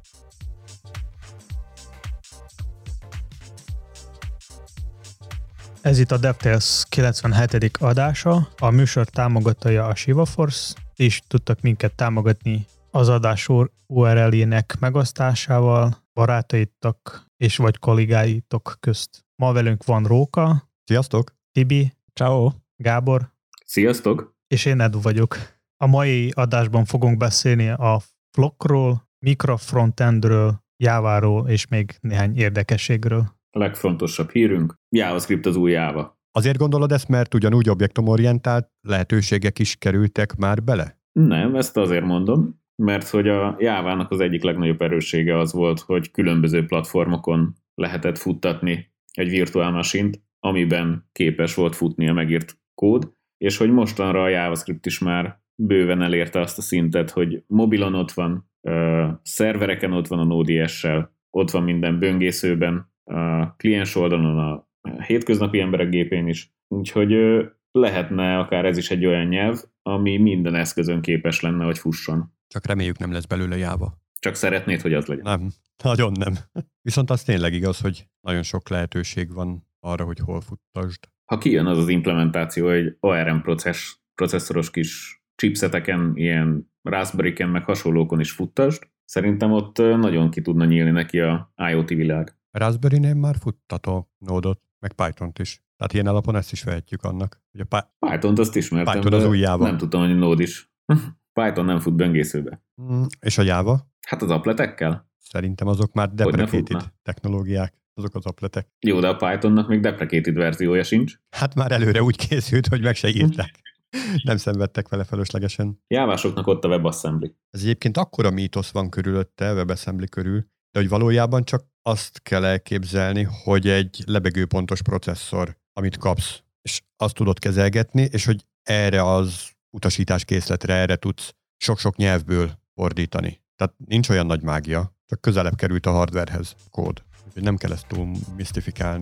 Ez itt a DevTales 97. adása, a műsor támogatója a ShivaForce, és tudtak minket támogatni az adás URL-jének megosztásával, barátaitok és vagy kollégáitok közt. Ma velünk van Róka. Sziasztok! Tibi. Ciao. Gábor. Sziasztok! És én Edu vagyok. A mai adásban fogunk beszélni a Flockról, mikrofrontendről, Jáváról és még néhány érdekességről. A legfontosabb hírünk, JavaScript az új Java. Azért gondolod ezt, mert ugyanúgy objektumorientált lehetőségek is kerültek már bele? Nem, ezt azért mondom, mert hogy a Jávának az egyik legnagyobb erőssége az volt, hogy különböző platformokon lehetett futtatni egy virtual machine-t, amiben képes volt futni a megírt kód, és hogy mostanra a JavaScript is már bőven elérte azt a szintet, hogy mobilon ott van, szervereken ott van a Node.js-sel, ott van minden böngészőben, a kliens oldalon, a hétköznapi emberek gépén is. Úgyhogy lehetne akár ez is egy olyan nyelv, ami minden eszközön képes lenne, hogy fusson. Csak reméljük nem lesz belőle Java. Csak szeretnéd, hogy az legyen. Nem, nagyon nem. Viszont az tényleg igaz, hogy nagyon sok lehetőség van arra, hogy hol futtasd. Ha kijön az az implementáció, hogy ARM processzoros kis chipseteken, ilyen Raspberry-ken, meg hasonlókon is futtasd, szerintem ott nagyon ki tudna nyílni neki a IoT világ. Raspberry-nél már futtató Node-ot, meg Python-t is. Tehát ilyen alapon ezt is vehetjük annak. Hogy Python-t azt ismertem, Python az új Java. Nem tudtam, hogy Node is. Python nem fut böngészőbe. És a Java? Hát az appletekkel? Szerintem azok már deprecated technológiák, azok az appletek. Jó, de a Pythonnak még deprecated verziója sincs. Hát már előre úgy készült, hogy meg se írták. Nem szenvedtek vele feleslegesen. Jávásoknak ott a WebAssembly. Ez egyébként akkora mítosz van körülötte, WebAssembly körül, de hogy valójában csak azt kell elképzelni, hogy egy lebegőpontos processzor, amit kapsz, és azt tudod kezelgetni, és hogy erre az utasításkészletre, erre tudsz sok-sok nyelvből fordítani. Tehát nincs olyan nagy mágia, csak közelebb került a hardwarehez a kód. Úgyhogy nem kell ezt túl misztifikálni.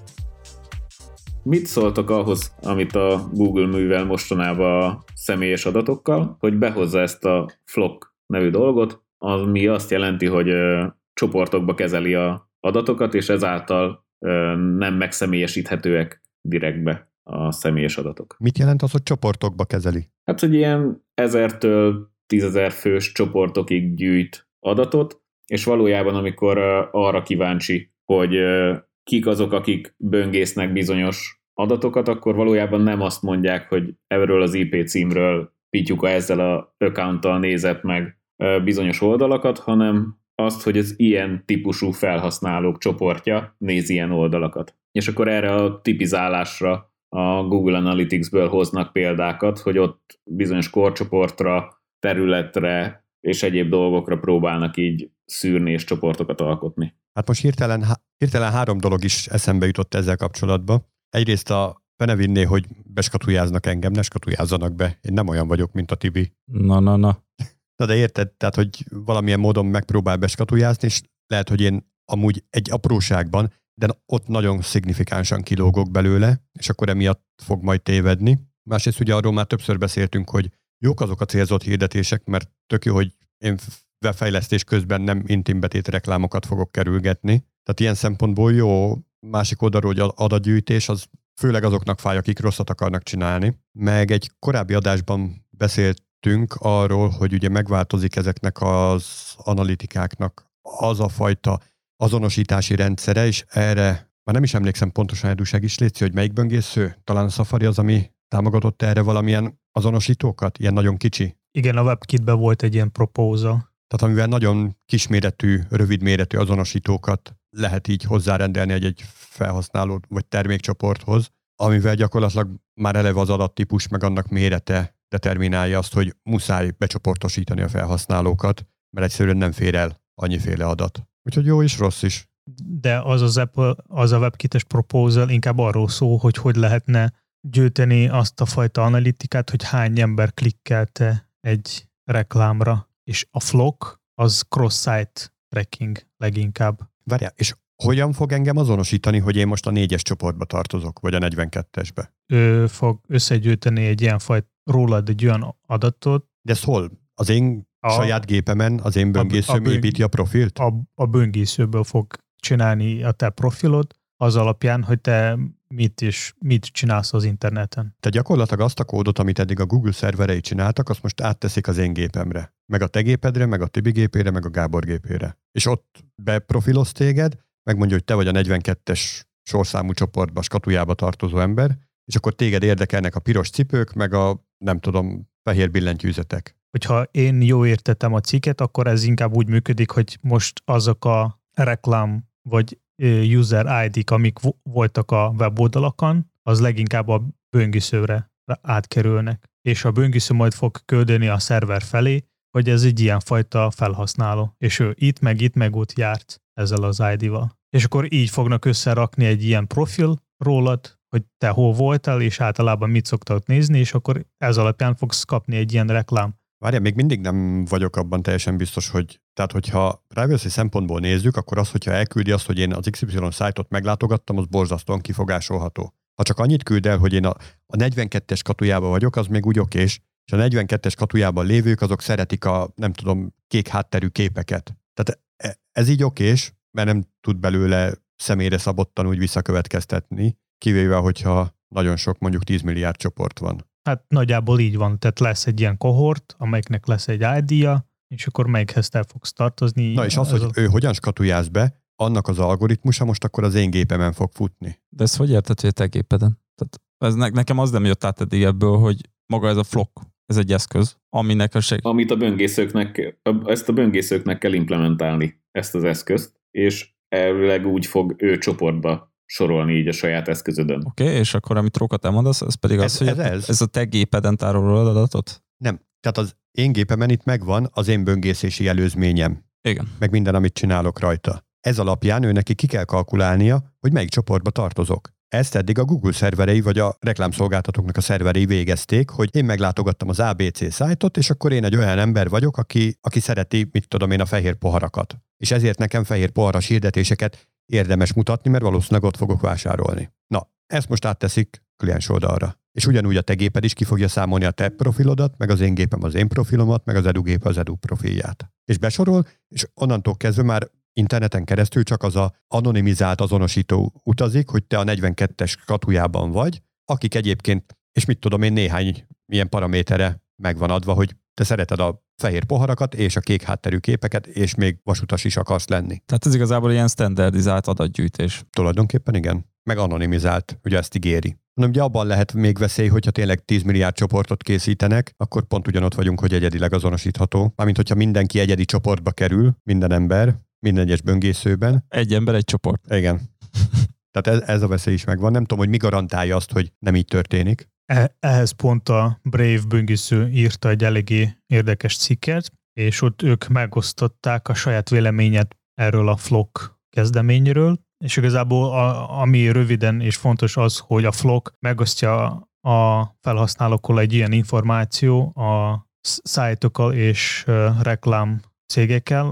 Mit szóltok ahhoz, amit a Google művel mostanában a személyes adatokkal, hogy behozza ezt a Flock nevű dolgot, ami azt jelenti, hogy csoportokba kezeli a adatokat, és ezáltal nem megszemélyesíthetőek direktbe a személyes adatok. Mit jelent az, hogy csoportokba kezeli? Hát, hogy ilyen 1000-től 10.000 fős csoportokig gyűjt adatot, és valójában amikor arra kíváncsi, hogy kik azok, akik böngésznek bizonyos adatokat, akkor valójában nem azt mondják, hogy erről az IP címről Pityuka ezzel a accounttal nézett meg bizonyos oldalakat, hanem azt, hogy az ilyen típusú felhasználók csoportja néz ilyen oldalakat. És akkor erre a tipizálásra a Google Analytics-ből hoznak példákat, hogy ott bizonyos korcsoportra, területre és egyéb dolgokra próbálnak így szűrni és csoportokat alkotni. Hát most hirtelen 3 dolog is eszembe jutott ezzel kapcsolatban. Egyrészt a fenevinné, hogy beskatujáznak engem, ne skatujázzanak be. Én nem olyan vagyok, mint a Tibi. Na. Na de érted, tehát, hogy valamilyen módon megpróbál beskatujázni, és lehet, hogy én amúgy egy apróságban, de ott nagyon szignifikánsan kilógok belőle, és akkor emiatt fog majd tévedni. Másrészt ugye arról már többször beszéltünk, hogy jók azok a célzott hirdetések, mert tök jó, hogy én webfejlesztés közben nem intimbetét reklámokat fogok kerülgetni. Tehát ilyen szempontból jó. Másik oldalról, hogy adatgyűjtés, az főleg azoknak fáj, akik rosszat akarnak csinálni. Meg egy korábbi adásban beszéltünk arról, hogy ugye megváltozik ezeknek az analitikáknak az a fajta azonosítási rendszere, és erre már nem is emlékszem pontosan, Edúság is létszi, hogy melyik böngésző? Talán a Safari az, ami támogatott erre valamilyen azonosítókat? Ilyen nagyon kicsi? Igen, a WebKit-ben volt egy ilyen proposal. Tehát amivel nagyon kisméretű, rövidméretű azonosítókat lehet így hozzárendelni egy felhasználó vagy termékcsoporthoz, amivel gyakorlatilag már eleve az adattípus meg annak mérete determinálja azt, hogy muszáj becsoportosítani a felhasználókat, mert egyszerűen nem fér el annyiféle adat. Úgyhogy jó és rossz is. De az a WebKit-es proposal inkább arról szól, hogy lehetne gyűjteni azt a fajta analitikát, hogy hány ember klikkelte egy reklámra. És a Flock az cross-site tracking leginkább. Várjál, és hogyan fog engem azonosítani, hogy én most a 4-es csoportba tartozok, vagy a 42-esbe? Ő fog összegyűjteni egy ilyen rólad egy olyan adatot. De ez hol? Az én saját gépemen az én böngészőm építi a profilt? A böngészőből fog csinálni a te profilod, az alapján, hogy te mit csinálsz az interneten. Tehát gyakorlatilag azt a kódot, amit eddig a Google szerverei csináltak, azt most átteszik az én gépemre. Meg a te gépedre, meg a Tibi gépére, meg a Gábor gépére. És ott beprofiloz téged, megmondja, hogy te vagy a 42-es sorszámú csoportba, skatujába tartozó ember, és akkor téged érdekelnek a piros cipők, meg a, nem tudom, fehér billentyűzetek. Hogyha én jól értettem a cikket, akkor ez inkább úgy működik, hogy most azok a reklám vagy user ID-k, amik voltak a weboldalakon, az leginkább a böngészőre átkerülnek. És a böngésző majd fog küldeni a szerver felé, hogy ez egy ilyen fajta felhasználó. És ő itt meg ott járt ezzel az ID-val. És akkor így fognak összerakni egy ilyen profil rólad, hogy te hol voltál, és általában mit szoktál nézni, és akkor ez alapján fogsz kapni egy ilyen reklám. Várjál, még mindig nem vagyok abban teljesen biztos, hogy tehát hogyha privacy szempontból nézzük, akkor az, hogyha elküldi azt, hogy én az XY szájtot meglátogattam, az borzasztóan kifogásolható. Ha csak annyit küld el, hogy én a 42-es katujában vagyok, az még úgy okés, és a 42-es katujában lévők, azok szeretik a, nem tudom, kék hátterű képeket. Tehát ez így okés, mert nem tud belőle személyre szabottan úgy visszakövetkeztetni, kivéve, hogyha nagyon sok, mondjuk 10 milliárd csoport van. Hát nagyjából így van, tehát lesz egy ilyen kohort, amelyiknek lesz egy ID-ja, és akkor melyikhez te fogsz tartozni. Na és az, hogy ő hogyan skatujáz be, annak az algoritmusa most akkor az én gépemen fog futni. De ezt hogy érted, hogy a te gépeden? Tehát ez nekem az nem jött át eddig ebből, hogy maga ez a flock, ez egy eszköz, aminek a Amit ezt a böngészőknek kell implementálni, ezt az eszközt, és elvileg úgy fog ő csoportba sorolni így a saját eszközödön. Oké, és akkor amit Róka te mondasz, ez pedig az, hogy ez a te gépeden tárolod adatot? Nem. Tehát az én gépemen itt megvan az én böngészési előzményem. Igen. Meg minden, amit csinálok rajta. Ez alapján ő neki ki kell kalkulálnia, hogy melyik csoportba tartozok. Ezt eddig a Google szerverei vagy a reklámszolgáltatóknak a szerverei végezték, hogy én meglátogattam az ABC szájtot, és akkor én egy olyan ember vagyok, aki szereti, mit tudom én, a fehér poharakat. És ezért nekem fehér poharas hirdetéseket érdemes mutatni, mert valószínűleg ott fogok vásárolni. Na, ezt most átteszik kliens oldalra. És ugyanúgy a te géped is ki fogja számolni a te profilodat, meg az én gépem az én profilomat, meg az Edu gép az Edu profilját. És besorol, és onnantól kezdve már interneten keresztül csak az a anonimizált azonosító utazik, hogy te a 42-es katujában vagy, akik egyébként, és mit tudom én, néhány ilyen paramétere megvan adva, hogy te szereted a fehér poharakat és a kék hátterű képeket, és még vasutas is akarsz lenni. Tehát ez igazából ilyen standardizált adatgyűjtés. Tulajdonképpen igen. Meg anonimizált, ugye ezt ígéri. Hanem ugye abban lehet még veszély, hogyha tényleg 10 milliárd csoportot készítenek, akkor pont ugyanott vagyunk, hogy egyedileg azonosítható. Mármint, hogyha mindenki egyedi csoportba kerül, minden ember, minden egyes böngészőben. Egy ember, egy csoport. Igen. Tehát ez a veszély is megvan. Nem tudom, hogy mi garantálja azt, hogy nem így történik. Ehhez pont a Brave böngésző írta egy eléggé érdekes cikket, és ott ők megosztották a saját véleményet erről a Flock kezdeményről, és igazából ami röviden és fontos az, hogy a Flock megosztja a felhasználókkal egy ilyen információ a szájtokkal és reklám cégekkel,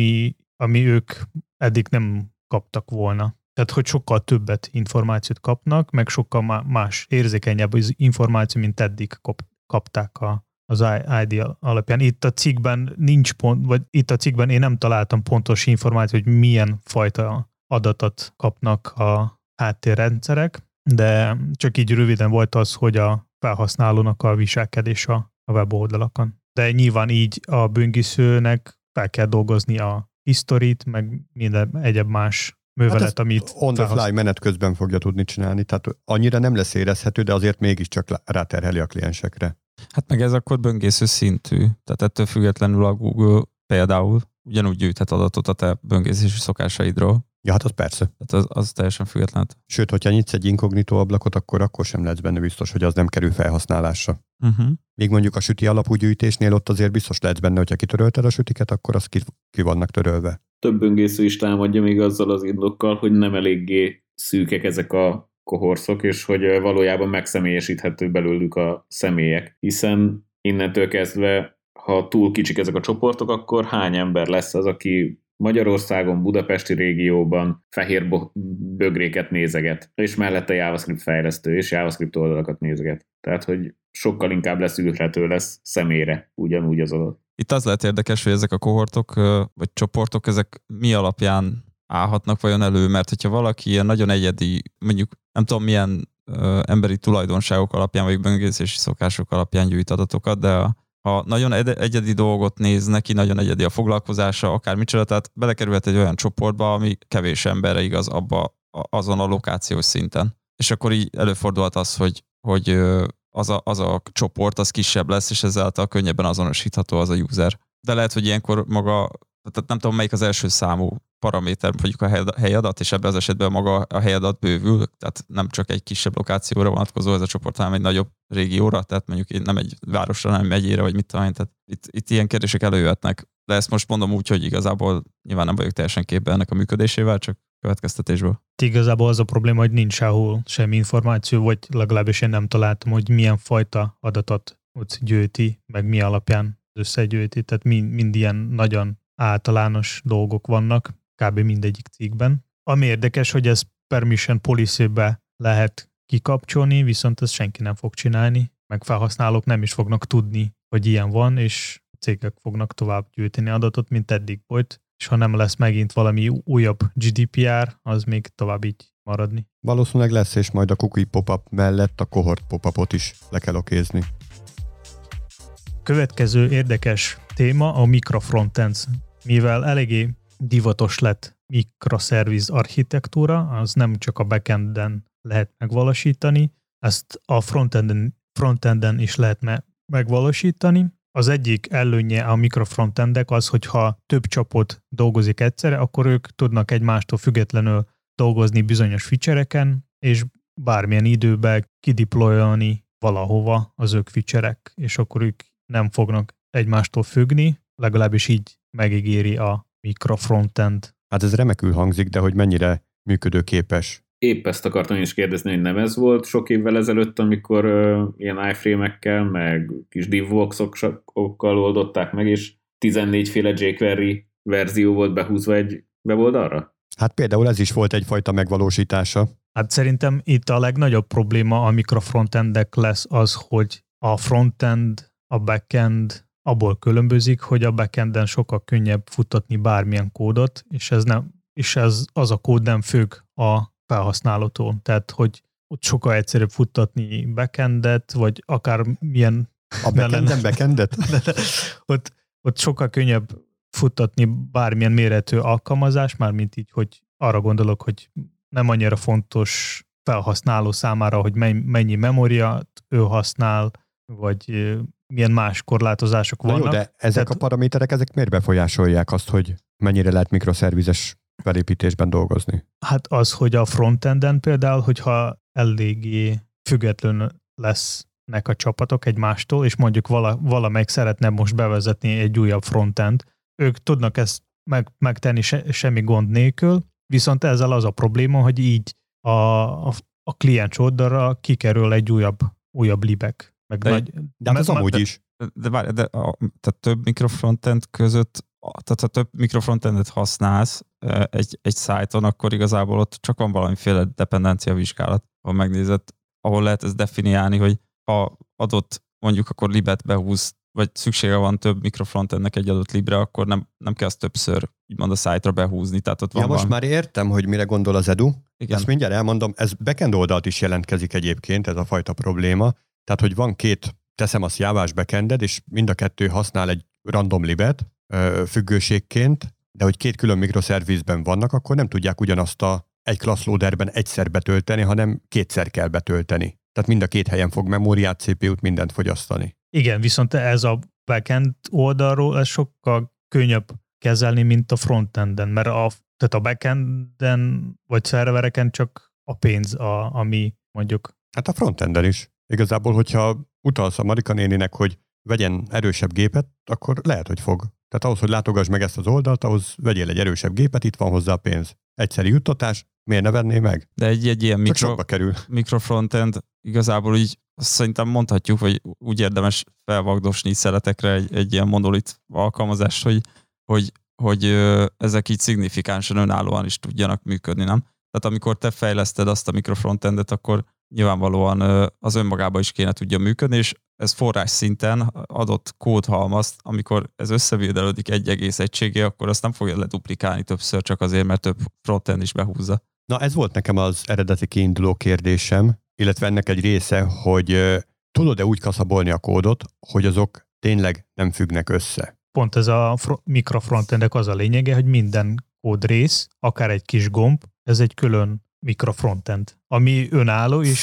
ami ők eddig nem kaptak volna. Tehát, hogy sokkal többet információt kapnak, meg sokkal más érzékenyebb az információ, mint eddig kapták az ID alapján. Itt a cikkben itt a cikkben én nem találtam pontos információt, hogy milyen fajta adatot kapnak a háttérrendszerek, de csak így röviden volt az, hogy a felhasználónak a viselkedés a weboldalakon. De nyilván így a böngészőnek fel kell dolgozni a historit, meg minden egyéb más művelet, amit on the fly menet közben fogja tudni csinálni, tehát annyira nem lesz érezhető, de azért mégiscsak ráterheli a kliensekre. Hát meg ez akkor böngésző szintű, tehát ettől függetlenül a Google például ugyanúgy gyűjthet adatot a te böngészési szokásaidról. Ja, hát az persze. Tehát az teljesen független. Sőt, hogyha nyitsz egy inkognitó ablakot, akkor sem lehetsz benne biztos, hogy az nem kerül felhasználásra. Még mondjuk a süti alapú gyűjtésnél ott azért biztos lehetsz benne, hogyha kitörölted a sütiket, akkor az ki vannak törölve. Több böngésző is támadja még azzal az indokkal, hogy nem eléggé szűkek ezek a kohorszok, és hogy valójában megszemélyesíthető belőlük a személyek. Hiszen innentől kezdve, ha túl kicsik ezek a csoportok, akkor hány ember lesz az, aki Magyarországon, budapesti régióban fehér bögréket nézeget, és mellette JavaScript fejlesztő, és JavaScript oldalakat nézeget. Tehát, hogy sokkal inkább leszűrhető lesz személyre ugyanúgy az adat. Itt az lehet érdekes, hogy ezek a kohortok, vagy csoportok, ezek mi alapján állhatnak vajon elő, mert hogyha valaki ilyen nagyon egyedi, mondjuk nem tudom milyen emberi tulajdonságok alapján, vagy böngészési szokások alapján gyűjt adatokat, de ha nagyon egyedi dolgot néz neki, nagyon egyedi a foglalkozása, akár micsoda, tehát belekerülhet egy olyan csoportba, ami kevés emberre igaz azon a lokációs szinten. És akkor így előfordulhat az, hogy az a csoport az kisebb lesz, és ezáltal könnyebben azonosítható az a user. De lehet, hogy ilyenkor maga, tehát nem tudom, melyik az első számú paraméter, mondjuk a helyadat, és ebben az esetben maga a helyadat bővül, tehát nem csak egy kisebb lokációra vonatkozó ez a csoport, hanem egy nagyobb régióra, tehát mondjuk nem egy városra, hanem megyére, vagy mit tudom én, tehát itt ilyen kérdések előjöhetnek. De ezt most mondom úgy, hogy igazából nyilván nem vagyok teljesen képben ennek a működésével, csak következtetésből. Igazából az a probléma, hogy nincs sehol semmi információ, vagy legalábbis én nem találtam, hogy milyen fajta adatot ott gyűjti, meg mi alapján összegyűjti, tehát mind ilyen nagyon általános dolgok vannak, kb. Mindegyik cikkben. Ami érdekes, hogy ez permission policy-be lehet kikapcsolni, viszont ezt senki nem fog csinálni, meg felhasználók nem is fognak tudni, hogy ilyen van, és cégek fognak tovább gyűjteni adatot, mint eddig volt, és ha nem lesz megint valami újabb GDPR, az még tovább így maradni. Valószínűleg lesz, és majd a cookie pop-up mellett a cohort pop-upot is le kell okézni. Következő érdekes téma a microfrontends. Mivel eléggé divatos lett mikroszerviz architektúra, az nem csak a backenden lehet megvalósítani, ezt a frontenden is lehet megvalósítani. Az egyik előnye a mikrofrontendek az, hogyha több csapat dolgozik egyszerre, akkor ők tudnak egymástól függetlenül dolgozni bizonyos feature-eken, és bármilyen időben kideployolni valahova az ők feature-ek, és akkor ők nem fognak egymástól függni, legalábbis így megígéri a mikrofrontend. Hát ez remekül hangzik, de hogy mennyire működőképes. Épp ezt akartam én is kérdezni, hogy nem ez volt sok évvel ezelőtt, amikor ilyen iframe-ekkel, meg kis divboxokkal oldották meg, és 14 féle jQuery verzió volt behúzva egy weboldalra? Hát például ez is volt egyfajta megvalósítása. Hát szerintem itt a legnagyobb probléma a mikrofrontendek lesz az, hogy a frontend, a backend abból különbözik, hogy a backenden sokkal könnyebb futtatni bármilyen kódot, és az a kód nem függ a felhasználótól. Tehát, hogy ott sokkal egyszerűbb futtatni backendet, vagy akár milyen... A backendet? Ott sokkal könnyebb futtatni bármilyen méretű alkalmazás, mármint így, hogy arra gondolok, hogy nem annyira fontos felhasználó számára, hogy mennyi memóriát ő használ, vagy milyen más korlátozások vannak. Jó, de ezek a paraméterek, ezek miért befolyásolják azt, hogy mennyire lehet mikroszervizes felépítésben dolgozni? Hát az, hogy a frontenden például, hogyha eléggé független lesznek a csapatok egymástól, és mondjuk valamelyik szeretne most bevezetni egy újabb frontend, ők tudnak ezt megtenni semmi gond nélkül, viszont ezzel az a probléma, hogy így a kliens oldalra kikerül egy újabb libek. De ez amúgy is. Tehát több mikrofrontend között, tehát ha több mikrofrontendet használsz egy szájton, akkor igazából ott csak van valamiféle dependencia vizsgálat, ha megnézed, ahol lehet ezt definiálni, hogy ha adott mondjuk akkor libet behúz, vagy szüksége van több mikrofrontendnek egy adott libre, akkor nem kell azt többször úgymond a szájtra behúzni. Tehát ott van most már értem, hogy mire gondol az Edu. Igen. Ezt mindjárt elmondom, ez backend oldalt is jelentkezik egyébként, ez a fajta probléma. Tehát, hogy van két, teszem azt jávás backended, és mind a kettő használ egy random libet függőségként, de hogy két külön mikroszervizben vannak, akkor nem tudják ugyanazt egy class loaderben egyszer betölteni, hanem kétszer kell betölteni. Tehát mind a két helyen fog memóriát, CPU-t, mindent fogyasztani. Igen, viszont ez a backend oldalról ez sokkal könnyebb kezelni, mint a frontenden, mert tehát a backenden vagy szervereken csak a pénz, ami mondjuk... Hát a frontenden is. Igazából, hogyha utalsz a Marika néninek, hogy vegyen erősebb gépet, akkor lehet, hogy fog. Tehát ahhoz, hogy látogass meg ezt az oldalt, ahhoz vegyél egy erősebb gépet, itt van hozzá a pénz. Egyszeri juttatás, miért ne venné meg? De egy ilyen kerül. mikrofrontend igazából így szerintem mondhatjuk, hogy úgy érdemes felvagdosni szeletekre egy ilyen monolit alkalmazást, hogy ezek így szignifikánsan önállóan is tudjanak működni, nem? Tehát amikor te fejleszted azt a mikrofrontendet, akkor nyilvánvalóan az önmagában is kéne tudja működni, és ez forrás szinten adott kódhalmazt, amikor ez összevédelődik egy egész egységé, akkor azt nem fogja leduplikálni többször csak azért, mert több frontend is behúzza. Na ez volt nekem az eredeti kiinduló kérdésem, illetve ennek egy része, hogy tudod-e úgy kaszabolni a kódot, hogy azok tényleg nem függnek össze? Pont ez a mikrofrontendek az a lényege, hogy minden kódrész, akár egy kis gomb, ez egy külön mikrofrontend, ami önálló is.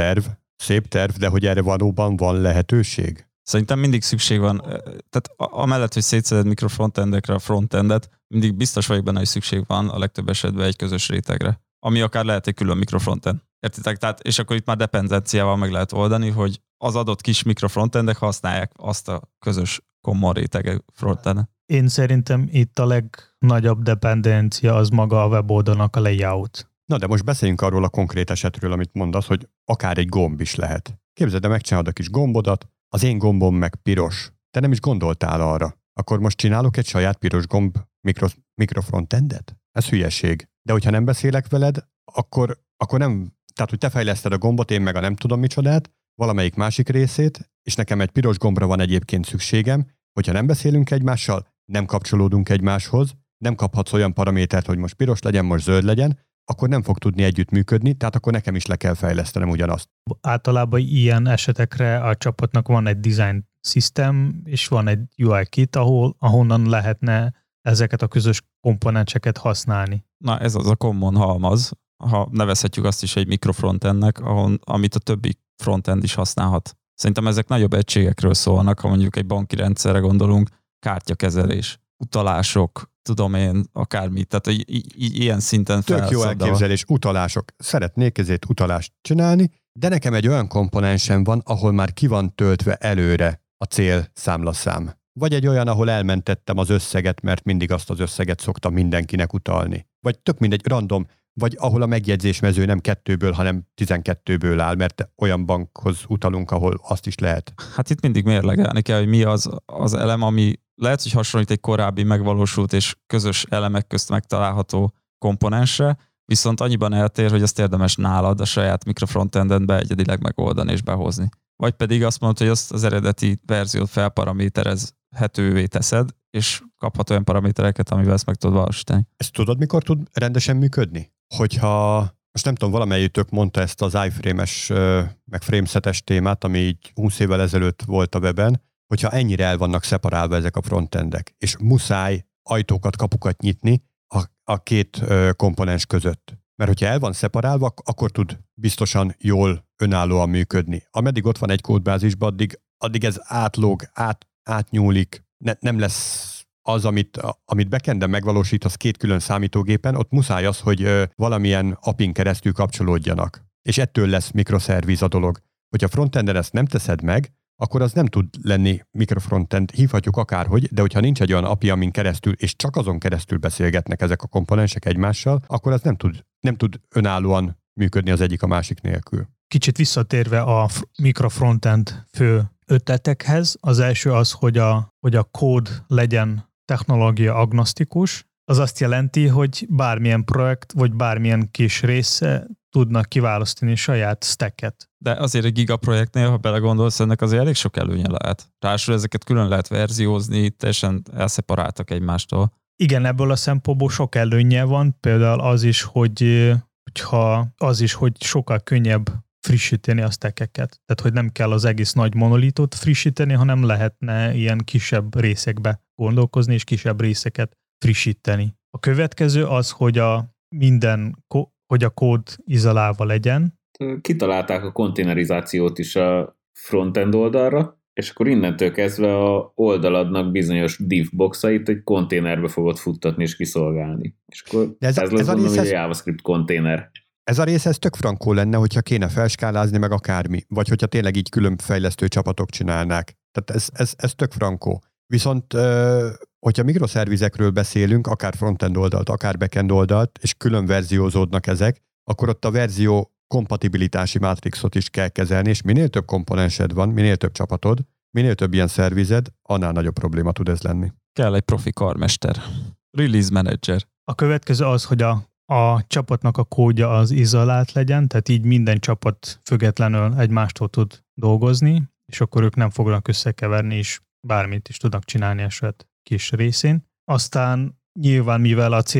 Szép terv, de hogy erre valóban van lehetőség? Szerintem mindig szükség van, tehát amellett, hogy szétszeded mikrofrontendekre a frontendet, mindig biztos vagyok benne, hogy szükség van a legtöbb esetben egy közös rétegre, ami akár lehet egy külön mikrofrontend. Értitek? Tehát, és akkor itt már dependenciával meg lehet oldani, hogy az adott kis mikrofrontendek használják azt a közös common rétegű frontendet. Én szerintem itt a legnagyobb dependencia az maga a weboldalnak a layout. Na de most beszéljünk arról a konkrét esetről, amit mondasz, hogy akár egy gomb is lehet. Képzeld, de megcsinálod a kis gombodat, az én gombom meg piros. Te nem is gondoltál arra. Akkor most csinálok egy saját piros gomb mikrofrontendet? Ez hülyeség. De hogyha nem beszélek veled, akkor nem, tehát hogy te fejleszted a gombot, én meg a nem tudom micsodát, valamelyik másik részét, és nekem egy piros gombra van egyébként szükségem, hogyha nem beszélünk egymással, nem kapcsolódunk egymáshoz, nem kaphatsz olyan paramétert, hogy most piros legyen, most zöld legyen, akkor nem fog tudni együtt működni, tehát akkor nekem is le kell fejlesztenem ugyanazt. Általában ilyen esetekre a csapatnak van egy design system, és van egy UI kit, ahonnan lehetne ezeket a közös komponenseket használni. Na ez az a common halmaz, ha nevezhetjük azt is egy mikrofrontendnek, amit a többi frontend is használhat. Szerintem ezek nagyobb egységekről szólnak, ha mondjuk egy banki rendszerre gondolunk, kártyakezelés, utalások, tudom én, akármit, tehát ilyen szinten tök jó elképzelés, utalások. Szeretnék ezért utalást csinálni, de nekem egy olyan komponensem van, ahol már ki van töltve előre a célszámlaszám. Vagy egy olyan, ahol elmentettem az összeget, mert mindig azt az összeget szoktam mindenkinek utalni. Vagy tök mindegy, random, vagy ahol a megjegyzésmező nem 2-ből, hanem 12-ből áll, mert olyan bankhoz utalunk, ahol azt is lehet. Hát itt mindig mérlegelni kell, hogy mi az elem, ami lehet, hogy hasonlít egy korábbi megvalósult és közös elemek közt megtalálható komponensre, viszont annyiban eltér, hogy azt érdemes nálad a saját mikrofrontendedbe egyedileg megoldani és behozni. Vagy pedig azt mondod, hogy azt az eredeti verziót felparaméterezhetővé teszed, és kaphat olyan paramétereket, amivel ezt meg tudod valósítani. Ezt tudod, mikor tud rendesen működni? Hogyha, most nem tudom, valamelyikük mondta ezt az iframe-es, meg framesetes témát, ami így 20 évvel ezelőtt volt a weben, hogyha ennyire el vannak szeparálva ezek a frontendek, és muszáj ajtókat, kapukat nyitni a két komponens között. Mert hogyha el van szeparálva, akkor tud biztosan jól önállóan működni. Ameddig ott van egy kódbázisban, addig ez átlóg, átnyúlik, nem lesz az, amit backenden megvalósítasz két külön számítógépen, ott muszáj az, hogy valamilyen API-n keresztül kapcsolódjanak. És ettől lesz mikroszerviz a dolog. Hogyha frontenden ezt nem teszed meg, akkor az nem tud lenni mikrofrontend, hívhatjuk akárhogy, de hogyha nincs egy olyan API, amin keresztül, és csak azon keresztül beszélgetnek ezek a komponensek egymással, akkor az nem tud önállóan működni az egyik a másik nélkül. Kicsit visszatérve a mikrofrontend fő ötletekhez, az első az, hogy a kód legyen technológia agnosztikus, az azt jelenti, hogy bármilyen projekt, vagy bármilyen kis része tudnak kiválasztani saját stacket. De azért egy gigaprojektnél, ha belegondolsz, ennek azért elég sok előnye lehet. Ráadásul ezeket külön lehet verziózni, teljesen elszeparáltak egymástól. Igen, ebből a szempontból sok előnye van, például az is, hogy sokkal könnyebb frissíteni a stackeket. Tehát, hogy nem kell az egész nagy monolitot frissíteni, hanem lehetne ilyen kisebb részekbe gondolkozni, és kisebb részeket frissíteni. A következő az, hogy a kód izolálva legyen. Kitalálták a konténerizációt is a frontend oldalra, és akkor innentől kezdve a oldaladnak bizonyos div boxait egy konténerbe fogod futtatni és kiszolgálni. És akkor ez lesz mondom, hogy a JavaScript konténer. Ez a rész, ez tök frankó lenne, hogyha kéne felskálázni meg akármi, vagy hogyha tényleg így külön fejlesztő csapatok csinálnák. Tehát ez tök frankó. Viszont, hogyha mikroszervizekről beszélünk, akár frontend oldalt, akár backend oldalt, és külön verziózódnak ezek, akkor ott a verzió kompatibilitási mátrixot is kell kezelni, és minél több komponensed van, minél több csapatod, minél több ilyen szervized, annál nagyobb probléma tud ez lenni. Kell egy profi karmester. Release manager. A következő az, hogy a a csapatnak a kódja az izolált legyen, tehát így minden csapat függetlenül egymástól tud dolgozni, és akkor ők nem fognak összekeverni, és bármit is tudnak csinálni a saját kis részén. Aztán nyilván, mivel a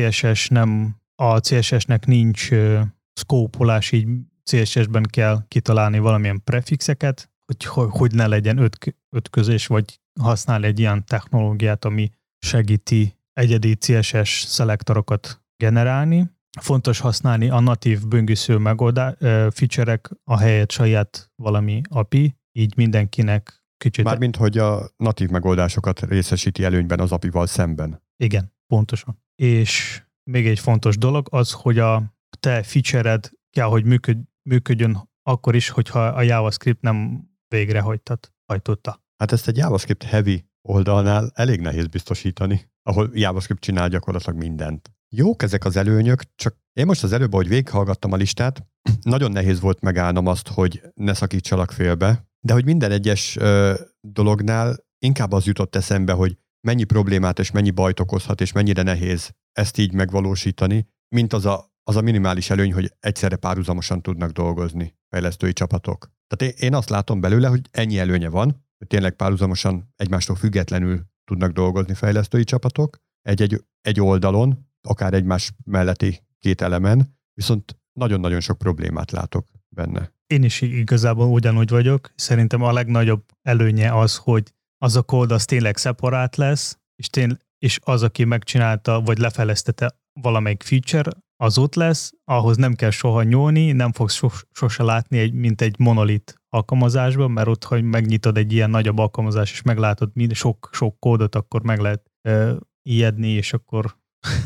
CSS-nek nincs szkópolás, így CSS-ben kell kitalálni valamilyen prefixeket, hogy ne legyen ötközés, vagy használni egy ilyen technológiát, ami segíti egyedi CSS szelektorokat generálni. Fontos használni a natív böngésző feature-ek a helyett saját valami API, így mindenkinek kicsit... Mármint, hogy a natív megoldásokat részesíti előnyben az API-val szemben. Igen, pontosan. És még egy fontos dolog az, hogy a te feature-ed kell, hogy működjön akkor is, hogyha a JavaScript nem végrehajtotta. Hát ezt egy JavaScript heavy oldalnál elég nehéz biztosítani, ahol JavaScript csinál gyakorlatilag mindent. Jók ezek az előnyök, csak én most az előbb, ahogy végighallgattam a listát, nagyon nehéz volt megállnom azt, hogy ne szakítsalak félbe, de hogy minden egyes dolognál inkább az jutott eszembe, hogy mennyi problémát és mennyi bajt okozhat, és mennyire nehéz ezt így megvalósítani, mint az a minimális előny, hogy egyszerre párhuzamosan tudnak dolgozni fejlesztői csapatok. Tehát én azt látom belőle, hogy ennyi előnye van, hogy tényleg párhuzamosan egymástól függetlenül tudnak dolgozni fejlesztői csapatok egy oldalon, akár egymás melletti két elemen, viszont nagyon-nagyon sok problémát látok benne. Én is igazából ugyanúgy vagyok. Szerintem a legnagyobb előnye az, hogy az a kód az tényleg szeparát lesz, és az, aki megcsinálta, vagy lefejlesztette valamelyik feature, az ott lesz, ahhoz nem kell soha nyúlni, nem fogsz sose látni, mint egy monolit alkalmazásban, mert ott, hogy megnyitod egy ilyen nagyobb alkalmazás, és meglátod sok kódot, akkor meg lehet ijedni, és akkor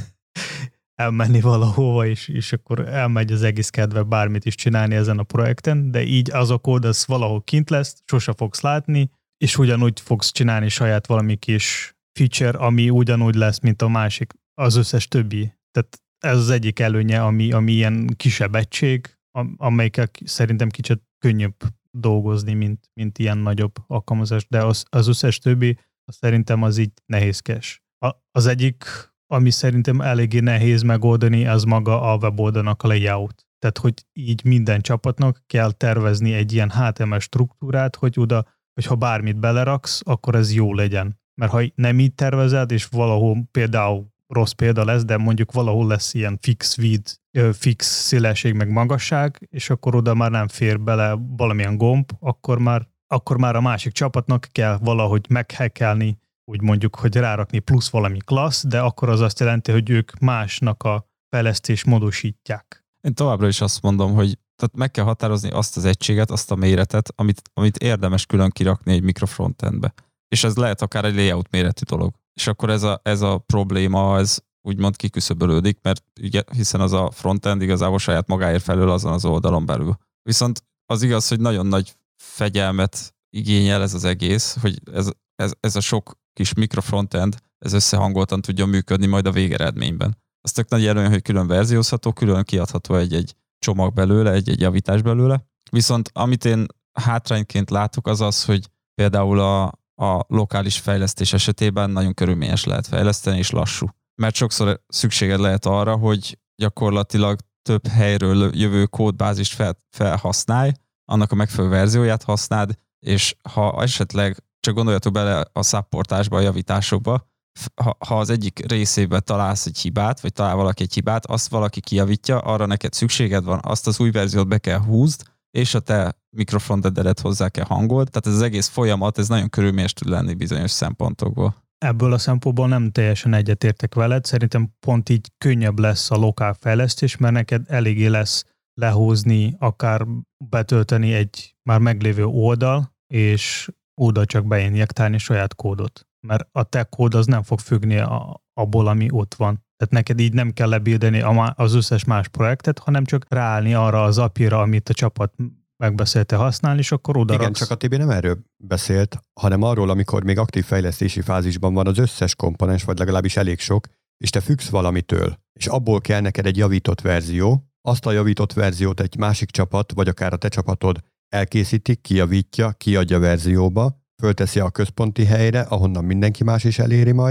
elmenni valahova, és akkor elmegy az egész kedve bármit is csinálni ezen a projekten, de így az a kód, az valahol kint lesz, sose fogsz látni, és ugyanúgy fogsz csinálni saját valami kis feature, ami ugyanúgy lesz, mint a másik, az összes többi. Tehát ez az egyik előnye, ami ilyen kisebb egység, amelyikkel szerintem kicsit könnyebb dolgozni, mint ilyen nagyobb alkalmazás, de az összes többi, szerintem az így nehézkes. Az egyik, ami szerintem eléggé nehéz megoldani, az maga a weboldalnak a layout. Tehát, hogy így minden csapatnak kell tervezni egy ilyen HTML struktúrát, hogy hogyha bármit beleraksz, akkor ez jó legyen. Mert ha nem így tervezed, és valahol például rossz példa lesz, de mondjuk valahol lesz ilyen fix width, fix szélesség meg magasság, és akkor oda már nem fér bele valamilyen gomb, akkor már a másik csapatnak kell valahogy meghackelni, úgy mondjuk, hogy rárakni plusz valami klassz, de akkor az azt jelenti, hogy ők másnak a fejlesztés módosítják. Én továbbra is azt mondom, hogy tehát meg kell határozni azt az egységet, azt a méretet, amit érdemes külön kirakni egy mikrofrontendbe. És ez lehet akár egy layout méretű dolog. És akkor ez a probléma, ez úgymond kiküszöbölődik, mert hiszen az a frontend igazából saját magáért felül azon az oldalon belül. Viszont az igaz, hogy nagyon nagy fegyelmet igényel ez az egész, hogy ez a sok kis mikrofrontend, ez összehangoltan tudjon működni majd a végeredményben. Az tök nagy előny, hogy külön verziózható, külön kiadható egy csomag belőle, egy javítás belőle. Viszont amit én hátrányként látok, az az, hogy például a lokális fejlesztés esetében nagyon körülményes lehet fejleszteni, és lassú. Mert sokszor szükséged lehet arra, hogy gyakorlatilag több helyről jövő kódbázist felhasználj, annak a megfelelő verzióját használd, és ha esetleg csak gondoljatok bele a supportásba, a javításokba, ha az egyik részében találsz egy hibát, vagy talál valaki egy hibát, azt valaki kijavítja, arra neked szükséged van, azt az új verziót be kell húzd, és a te mikrofrontendedet hozzá kell hangold. Tehát ez az egész folyamat, ez nagyon körülményes tud lenni bizonyos szempontokból. Ebből a szempontból nem teljesen egyetértek veled, szerintem pont így könnyebb lesz a lokál fejlesztés, mert neked eléggé lesz lehúzni, akár betölteni egy már meglévő oldal, és oda csak beinjektálni saját kódot. Mert a te kód az nem fog függni abból, ami ott van. Tehát neked így nem kell lebildeni az összes más projektet, hanem csak ráállni arra az API-ra, amit a csapat megbeszélte használni, és akkor oda Igen, raksz. csak a Tibi nem erről beszélt, hanem arról, amikor még aktív fejlesztési fázisban van az összes komponens, vagy legalábbis elég sok, és te függsz valamitől, és abból kell neked egy javított verzió, azt a javított verziót egy másik csapat, vagy akár a te csapatod elkészíti, kijavítja, kiadja verzióba, fölteszi a központi helyre, ahonnan mindenki más is eléri majd,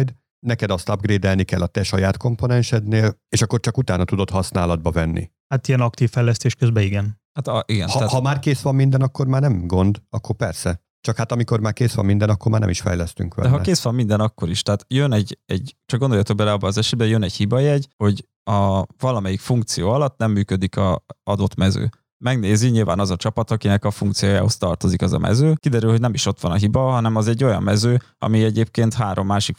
neked azt upgrade-elni kell a te saját komponensednél, és akkor csak utána tudod használatba venni. Hát ilyen aktív fejlesztés közben igen. Hát igen. Ha már kész van minden, akkor már nem gond, akkor persze. Csak hát amikor már kész van minden, akkor már nem is fejlesztünk vele. De ha kész van minden, akkor is. Tehát jön egy csak gondoljatok bele abba az esetben, jön egy hibajegy, hogy a valamelyik funkció alatt nem működik az adott mező. Megnézi nyilván az a csapat, akinek a funkciójához tartozik az a mező. Kiderül, hogy nem is ott van a hiba, hanem az egy olyan mező, amit egyébként három másik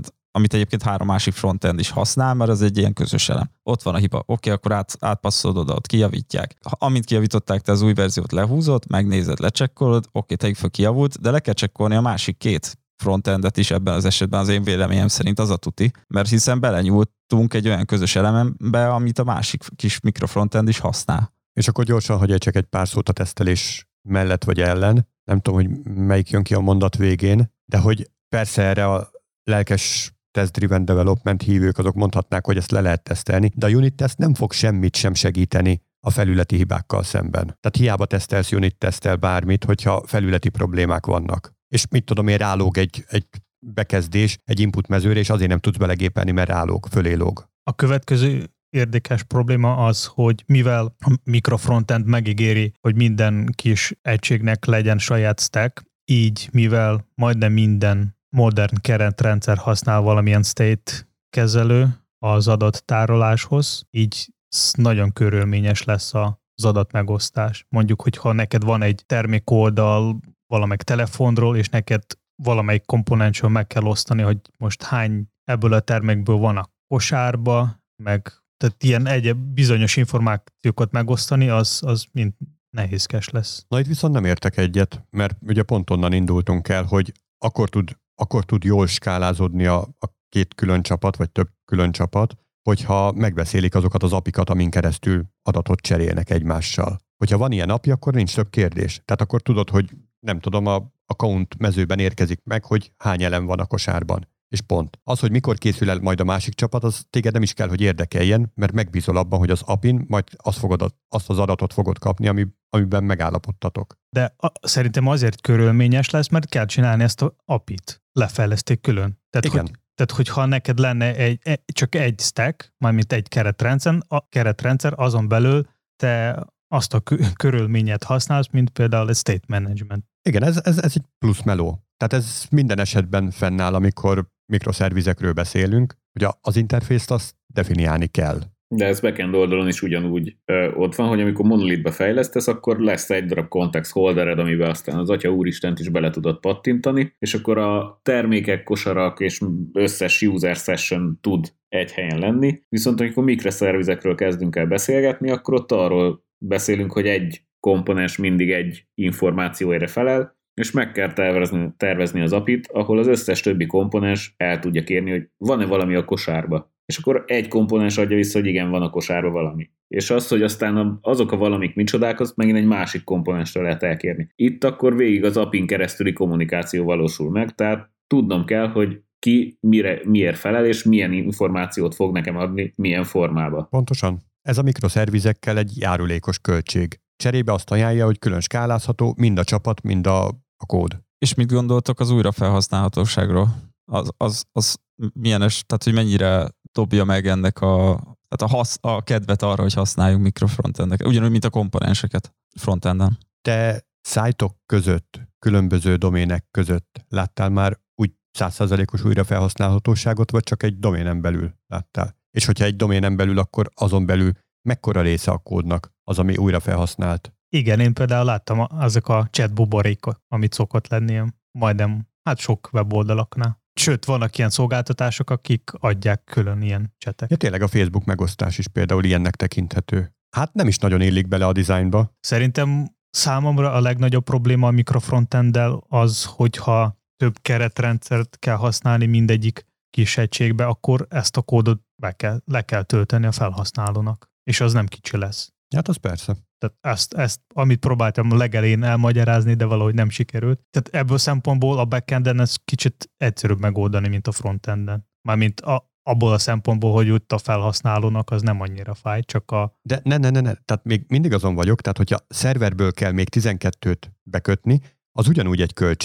frontend is használ, mert az egy ilyen közös elem. Ott van a hiba. Oké, akkor átpasszolod oda, ott kijavítják. Amint kijavították, te az új verziót lehúzod, megnézed, lecsekkolod, oké, tegyük fel, kijavult, de le kell csekkolni a másik két frontendet is ebben az esetben, az én véleményem szerint az a tuti, mert hiszen belenyúltunk egy olyan közös elembe, amit a másik kis mikrofrontend is használ. És akkor gyorsan hagyj csak egy pár szót a tesztelés mellett vagy ellen. Nem tudom, hogy melyik jön ki a mondat végén, de hogy persze erre a lelkes test-driven development hívők azok mondhatnák, hogy ezt le lehet tesztelni, de a unit test nem fog semmit sem segíteni a felületi hibákkal szemben. Tehát hiába tesztelsz, unit tesztel bármit, hogyha felületi problémák vannak. És mit tudom én, rálóg egy bekezdés egy input mezőre, és azért nem tudsz belegépelni, mert rálóg, fölé lóg. A következő érdekes probléma az, hogy mivel a mikrofrontend megígéri, hogy minden kis egységnek legyen saját stack, így mivel majdnem minden modern keretrendszer használ valamilyen state kezelő az adattároláshoz, így nagyon körülményes lesz az adatmegosztás. Mondjuk, hogyha neked van egy termékoldal valamelyik telefonról, és neked valamelyik komponensről meg kell osztani, hogy most hány ebből a termékből van a kosárba, meg tehát ilyen egyéb bizonyos információkat megosztani, az mind nehézkes lesz. Na itt viszont nem értek egyet, mert ugye pont onnan indultunk el, hogy akkor tud jól skálázódni a két külön csapat, vagy több külön csapat, hogyha megbeszélik azokat az apikat, amin keresztül adatot cserélnek egymással. Hogyha van ilyen API, akkor nincs több kérdés. Tehát akkor tudod, hogy nem tudom, a count mezőben érkezik meg, hogy hány elem van a kosárban. És pont. Az, hogy mikor készül el majd a másik csapat, az téged nem is kell, hogy érdekeljen, mert megbízol abban, hogy az API-n majd azt az adatot fogod kapni, amiben megállapodtatok. De szerintem azért körülményes lesz, mert kell csinálni ezt az API-t. Lefejleszték külön. Tehát, hogyha neked lenne csak egy stack, mármint egy keretrendszer, azon belül te azt a körülményet használsz, mint például a state management. Igen, ez egy plusz meló. Tehát ez minden esetben fennáll, amikor mikroszervizekről beszélünk, hogy az interfészt azt definiálni kell. De ez backend oldalon is ugyanúgy ott van, hogy amikor monolithbe fejlesztesz, akkor lesz egy darab context holdered, amiben aztán az atya úristent is bele tudod pattintani, és akkor a termékek, kosarak és összes user session tud egy helyen lenni. Viszont amikor mikroszervizekről kezdünk el beszélgetni, akkor ott arról beszélünk, hogy egy komponens mindig egy információért felel, és meg kell tervezni az API-t, ahol az összes többi komponens el tudja kérni, hogy van-e valami a kosárba. És akkor egy komponens adja vissza, hogy igen, van a kosárba valami. És az, hogy aztán azok a valamik micsodák, azt megint egy másik komponensre lehet elkérni. Itt akkor végig az API-n keresztüli kommunikáció valósul meg, tehát tudnom kell, hogy ki miért felel, és milyen információt fog nekem adni, milyen formába. Pontosan. Ez a mikroszervizekkel egy járulékos költség. Cserébe azt ajánlja, hogy külön skálázható mind a csapat, mind a kód. És mit gondoltok az újrafelhasználhatóságról? Az milyenes, tehát hogy mennyire dobja meg ennek a kedvet arra, hogy használjunk mikrofrontendeket, ugyanúgy, mint a komponenseket frontenden. Te szájtok között, különböző domének között láttál már úgy 100%-os újrafelhasználhatóságot, vagy csak egy doménen belül láttál? És hogyha egy doménen belül, akkor azon belül mekkora része a kódnak az, ami újra felhasznált? Igen, én például láttam azok a chat buborékot, amit szokott lenni majdnem sok weboldalaknál. Sőt, vannak ilyen szolgáltatások, akik adják külön ilyen csetek. Ja, tényleg a Facebook megosztás is például ilyennek tekinthető. Hát nem is nagyon illik bele a dizájnba. Szerintem számomra a legnagyobb probléma a mikrofrontenddel az, hogyha több keretrendszert kell használni mindegyik kis egységbe, akkor ezt a kódot le kell tölteni a felhasználónak. És az nem kicsi lesz. Hát az persze. Tehát ezt amit próbáltam legelén elmagyarázni, de valahogy nem sikerült. Tehát ebből szempontból a backenden ez kicsit egyszerűbb megoldani, mint a frontenden. Mármint abból a szempontból, hogy ott a felhasználónak az nem annyira fáj, csak a... De ne. Tehát még mindig azon vagyok, tehát hogyha szerverből kell még 12-t bekötni, az ugyanúgy egy költség.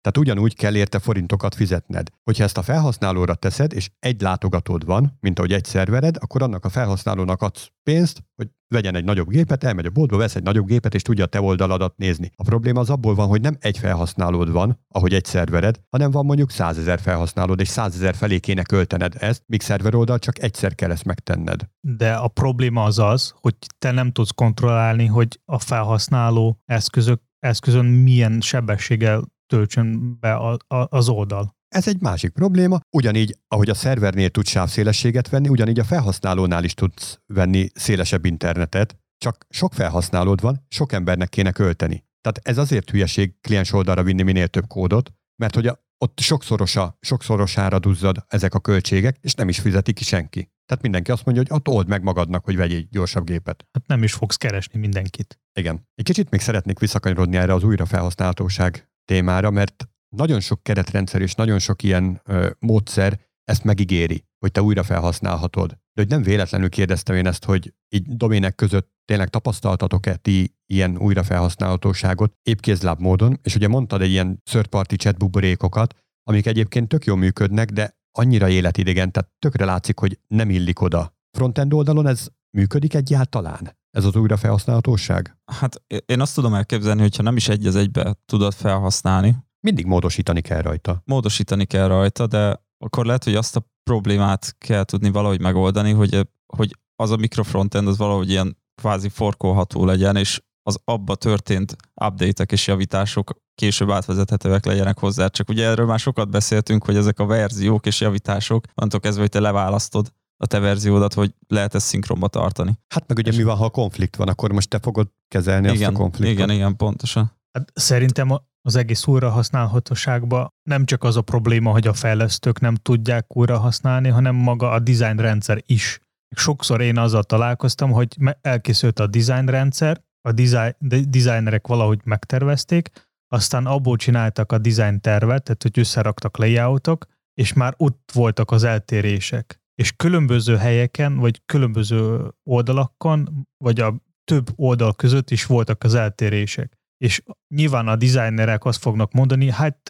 Tehát ugyanúgy kell érte forintokat fizetned. Hogyha ezt a felhasználóra teszed, és egy látogatód van, mint ahogy egy szervered, akkor annak a felhasználónak adsz pénzt, hogy vegyen egy nagyobb gépet, elmegy a boltba, vesz egy nagyobb gépet, és tudja a te oldaladat nézni. A probléma az abból van, hogy nem egy felhasználód van, ahogy egy szervered, hanem van mondjuk 100 000 felhasználód, és 100 000 felé kéne költened ezt, míg szerver oldal csak egyszer kell ezt megtenned. De a probléma az, hogy te nem tudsz kontrollálni, hogy a felhasználó eszközön milyen sebességgel töltsön be az oldal. Ez egy másik probléma, ugyanígy, ahogy a szervernél tudsz sávszélességet venni, ugyanígy a felhasználónál is tudsz venni szélesebb internetet, csak sok felhasználód van, sok embernek kéne költeni. Tehát ez azért hülyeség kliens oldalra vinni minél több kódot, mert hogy ott sokszorosára duzzad ezek a költségek, és nem is fizeti ki senki. Tehát mindenki azt mondja, hogy ott old meg magadnak, hogy vegyél egy gyorsabb gépet. Hát nem is fogsz keresni mindenkit. Igen. Egy kicsit még szeretnék visszakanyarodni erre az újrafelhasználhatóság témára, mert nagyon sok keretrendszer és nagyon sok ilyen módszer ezt megígéri, hogy te újra felhasználhatod. De hogy nem véletlenül kérdeztem én ezt, hogy így domének között tényleg tapasztaltatok-e ti ilyen újrafelhasználhatóságot épkézláb módon, és ugye mondtad egy ilyen third-party chat buborékokat, amik egyébként tök jól működnek, de annyira életidegen, tehát tökre látszik, hogy nem illik oda. Frontend oldalon ez működik egyáltalán? Ez az újrafelhasználhatóság? Hát én azt tudom elképzelni, hogyha nem is egy az egybe tudod felhasználni. Mindig módosítani kell rajta. Módosítani kell rajta, de akkor lehet, hogy azt a problémát kell tudni valahogy megoldani, hogy az a mikrofrontend az valahogy ilyen kvázi forkolható legyen, és az abba történt update-ek és javítások később átvezethetőek legyenek hozzá. Csak ugye erről már sokat beszéltünk, hogy ezek a verziók és javítások, onnantól kezdve, hogy te leválasztod a te verziódat, hogy lehet ezt szinkronba tartani. Hát meg ugye mi van, ha konflikt van, akkor most te fogod kezelni azt a konfliktot. Igen, pontosan. Hát szerintem az egész újrahasználhatóságban nem csak az a probléma, hogy a fejlesztők nem tudják újrahasználni, hanem maga a design rendszer is. Sokszor én azzal találkoztam, hogy elkészült a design rendszer, a designerek valahogy megtervezték, aztán abból csináltak a design tervet, tehát hogy összeraktak layoutok, és már ott voltak az eltérések. És különböző helyeken, vagy különböző oldalakon, vagy a több oldal között is voltak az eltérések. És nyilván a designerek azt fognak mondani, hát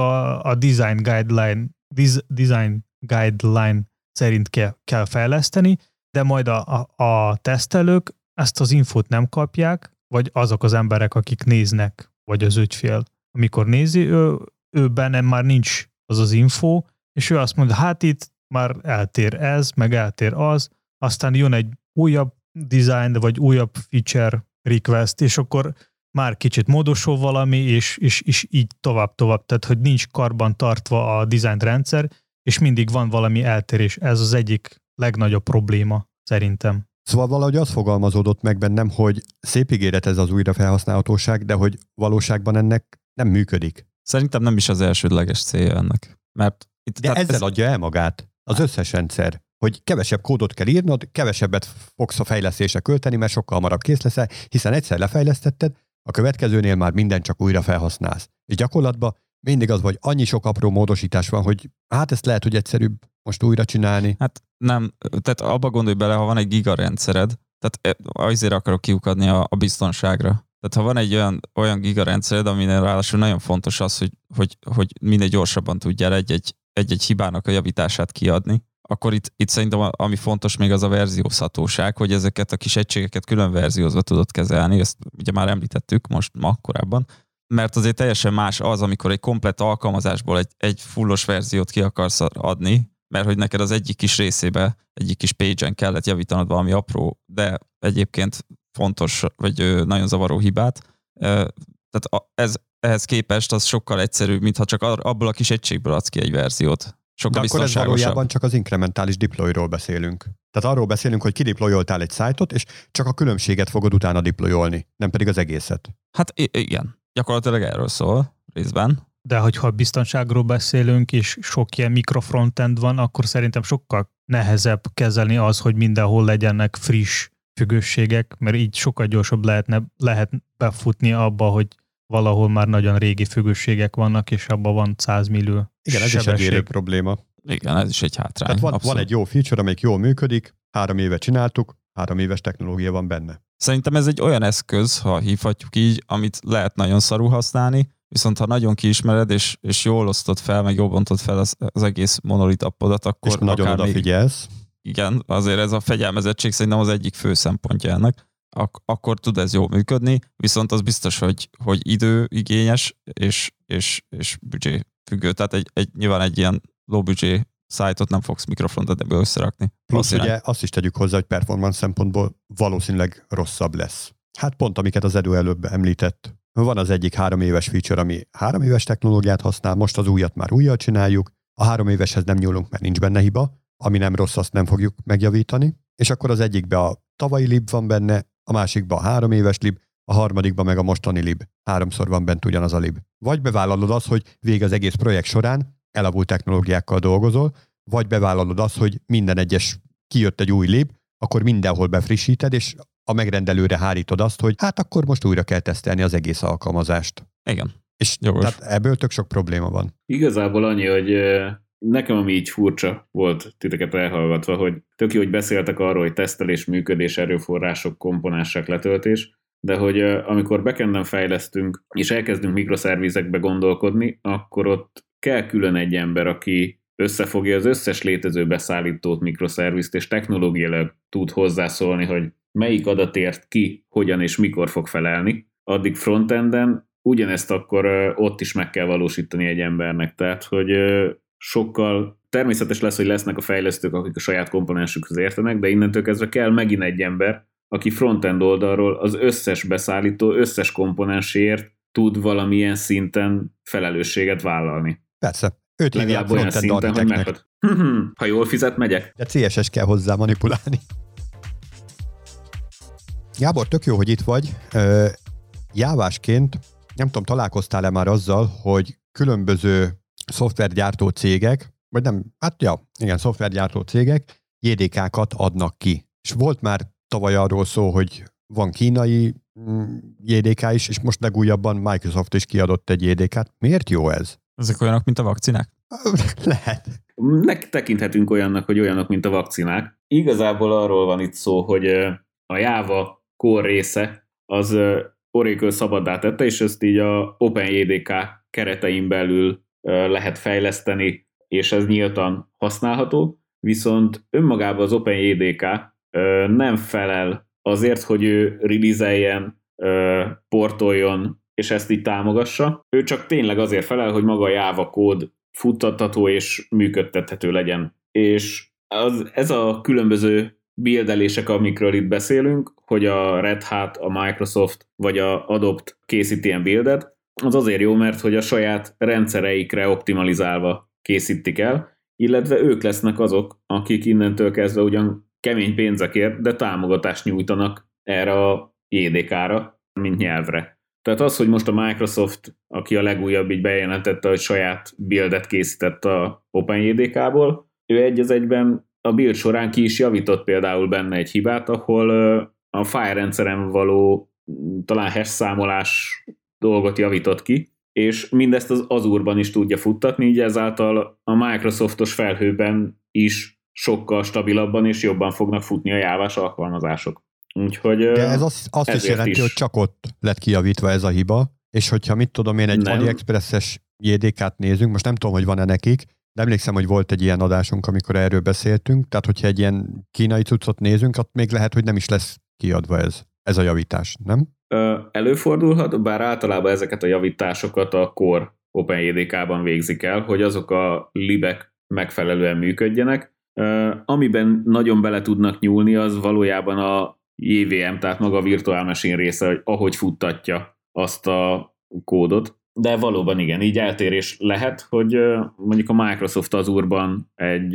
a design guideline szerint kell fejleszteni, de majd a tesztelők ezt az infót nem kapják, vagy azok az emberek, akik néznek, vagy az ügyfél. Amikor nézi, ő benne már nincs az info, és ő azt mondja, hát itt már eltér ez, meg eltér az, aztán jön egy újabb design, vagy újabb feature request, és akkor már kicsit módosul valami, és így tovább. Tehát, hogy nincs karban tartva a design rendszer, és mindig van valami eltérés. Ez az egyik legnagyobb probléma, szerintem. Szóval valahogy az fogalmazódott meg bennem, hogy szép ígéret ez az újraffelhasználhatóság, de hogy valóságban ennek nem működik. Szerintem nem is az elsődleges célja ennek. Mert itt, de ezzel adja el magát az összes rendszer, hogy kevesebb kódot kell írnod, kevesebbet fogsz a fejlesztésre költeni, mert sokkal hamarabb kész leszel, hiszen egyszer lefejlesztetted, a következőnél már minden csak újra felhasználsz. És gyakorlatban mindig az, hogy annyi sok apró módosítás van, hogy hát ezt lehet, hogy egyszerűbb most újra csinálni. Hát nem, tehát abba gondolj bele, ha van egy gigarendszered, tehát azért akarok kiukadni a biztonságra. Tehát ha van egy olyan gigarendszered, aminél ráadásul nagyon fontos az, hogy minél gyorsabban tudjál egy hibának a javítását kiadni, akkor itt szerintem ami fontos még az a verziózhatóság, hogy ezeket a kis egységeket külön verziózva tudod kezelni, ezt ugye már említettük ma korábban, mert azért teljesen más az, amikor egy komplett alkalmazásból egy fullos verziót ki akarsz adni, mert hogy neked az egyik kis részébe, egyik kis page-en kellett javítanod valami apró, de egyébként fontos, vagy nagyon zavaró hibát. Tehát ehhez képest az sokkal egyszerűbb, mintha csak abból a kis egységből adsz ki egy verziót. Sokkal de akkor ez valójában csak az inkrementális deployról beszélünk. Tehát arról beszélünk, hogy kideployoltál egy szájtot, és csak a különbséget fogod utána deployolni, nem pedig az egészet. Hát igen, gyakorlatilag erről szól részben. De hogyha biztonságról beszélünk, és sok ilyen mikrofrontend van, akkor szerintem sokkal nehezebb kezelni az, hogy mindenhol legyenek friss függőségek, mert így sokkal gyorsabb lehet befutni abba, hogy valahol már nagyon régi függőségek vannak, és abban van 100 millió igen, ez sebesség. Is egy érő probléma. Igen, ez is egy hátrány. Tehát van egy jó feature, amelyik jól működik, 3 éve csináltuk, 3 éves technológia van benne. Szerintem ez egy olyan eszköz, ha hívhatjuk így, amit lehet nagyon szarul használni, viszont ha nagyon kiismered, és jól osztod fel, meg jól bontod fel az egész monolit appodat, akkor és nagyon odafigyelsz. Igen, azért ez a fegyelmezettség szerintem az egyik fő szempontja ennek. Akkor tud ez jól működni, viszont az biztos, hogy időigényes és büdzsé függő. Tehát nyilván egy ilyen low büdzsé szájtot nem fogsz mikrofrontot ebből összerakni. Plusz ugye azt is tegyük hozzá, hogy performance szempontból valószínűleg rosszabb lesz. Hát pont amiket az Edu előbb említett. Van az egyik 3 éves feature, ami 3 éves technológiát használ, most az újat már újjal csináljuk, a 3 éveshez nem nyúlunk, mert nincs benne hiba, ami nem rossz, azt nem fogjuk megjavítani, és akkor az egyikbe a tavalyi lib van benne, a másikba a 3 éves lib, a harmadikba meg a mostani lib. 3-szor van bent ugyanaz a lib. Vagy bevállalod azt, hogy végig az egész projekt során elavult technológiákkal dolgozol, vagy bevállalod azt, hogy minden egyes kijött egy új lib, akkor mindenhol befrissíted, és a megrendelőre hárítod azt, hogy hát akkor most újra kell tesztelni az egész alkalmazást. Igen. És tehát ebből tök sok probléma van. Igazából annyi, hogy nekem ami így furcsa volt titeket elhallgatva, hogy tök jó, hogy beszéltek arról, hogy tesztelés, működés, erőforrások, komponensek, letöltés, de hogy amikor backenden fejlesztünk, és elkezdünk mikroszervizekbe gondolkodni, akkor ott kell külön egy ember, aki összefogja az összes létező beszállítót, mikroszervizt, és technológiailag tud hozzászólni, hogy melyik adatért ki, hogyan és mikor fog felelni. Addig frontenden ugyanezt akkor ott is meg kell valósítani egy embernek. Tehát, hogy sokkal természetes lesz, hogy lesznek a fejlesztők, akik a saját komponensükhez értenek, de innentől kezdve kell megint egy ember, aki frontend oldalról az összes beszállító, összes komponensért tud valamilyen szinten felelősséget vállalni. Persze. Őt hívják frontend architektnek. Ha jól fizet, megyek. De CSS kell hozzá manipulálni. Gábor, tök jó, hogy itt vagy. Jávásként, nem tudom, találkoztál-e már azzal, hogy különböző szoftvergyártó cégek, vagy nem, hát ja, igen, szoftvergyártó cégek JDK-kat adnak ki. És volt már tavaly arról szó, hogy van kínai JDK is, és most legújabban Microsoft is kiadott egy JDK-t. Miért jó ez? Ezek olyanok, mint a vakcinák? Lehet. Tekinthetünk olyannak, hogy olyanok, mint a vakcinák. Igazából arról van itt szó, hogy a Java core része az Oracle szabaddá tette, és ezt így a OpenJDK keretein belül lehet fejleszteni, és ez nyíltan használható, viszont önmagában az OpenJDK nem felel azért, hogy ő release-eljen, portoljon, és ezt így támogassa. Ő csak tényleg azért felel, hogy maga a Java kód futtatható és működtethető legyen. És ez a különböző buildelések, amikről itt beszélünk, hogy a Red Hat, a Microsoft vagy a Adobe készít ilyen buildet, az azért jó, mert hogy a saját rendszereikre optimalizálva készítik el, illetve ők lesznek azok, akik innentől kezdve ugyan kemény pénzekért, de támogatást nyújtanak erre a JDK-ra, mint nyelvre. Tehát az, hogy most a Microsoft, aki a legújabb így bejelentette, hogy saját buildet készített a OpenJDK-ból, ő egy az egyben a build során ki is javított például benne egy hibát, ahol a file rendszeren való talán hash számolás dolgot javított ki, és mindezt az Azure-ban is tudja futtatni, így ezáltal a Microsoftos felhőben is sokkal stabilabban és jobban fognak futni a jávás alkalmazások. Úgyhogy de ez azt is jelenti, hogy csak ott lett kijavítva ez a hiba, és hogyha mit tudom én, egy AliExpress-es JDK-t nézünk, most nem tudom, hogy van-e nekik, de emlékszem, hogy volt egy ilyen adásunk, amikor erről beszéltünk, tehát hogyha egy ilyen kínai cuccot nézünk, ott még lehet, hogy nem is lesz kiadva ez a javítás, nem? Előfordulhat, bár általában ezeket a javításokat a core OpenJDK-ban végzik el, hogy azok a libek megfelelően működjenek. Amiben nagyon bele tudnak nyúlni, az valójában a JVM, tehát maga a virtual machine része, hogy ahogy futtatja azt a kódot. De valóban igen, így eltérés lehet, hogy mondjuk a Microsoft Azure-ban egy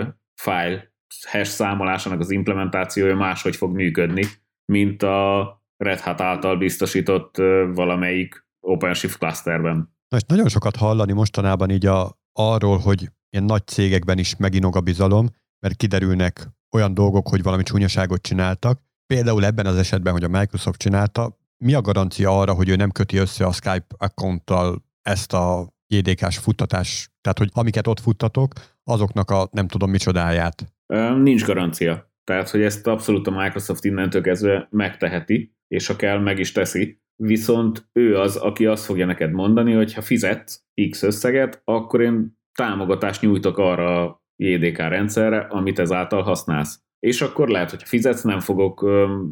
file hash számolásának az implementációja máshogy fog működni, mint a Red Hat által biztosított valamelyik OpenShift clusterben. Na és nagyon sokat hallani mostanában így arról, hogy ilyen nagy cégekben is meginog a bizalom, mert kiderülnek olyan dolgok, hogy valami csúnyaságot csináltak. Például ebben az esetben, hogy a Microsoft csinálta, mi a garancia arra, hogy ő nem köti össze a Skype accounttal ezt a JDK-s futtatás, tehát hogy amiket ott futtatok, azoknak a nem tudom micsodáját? Nincs garancia. Tehát, hogy ezt abszolút a Microsoft innentől kezdve megteheti, és ha kell, meg is teszi. viszont ő az, aki azt fogja neked mondani, hogy ha fizetsz X összeget, akkor én támogatást nyújtok arra a JDK rendszerre, amit ezáltal használsz. És akkor lehet, hogy fizetsz, nem fogok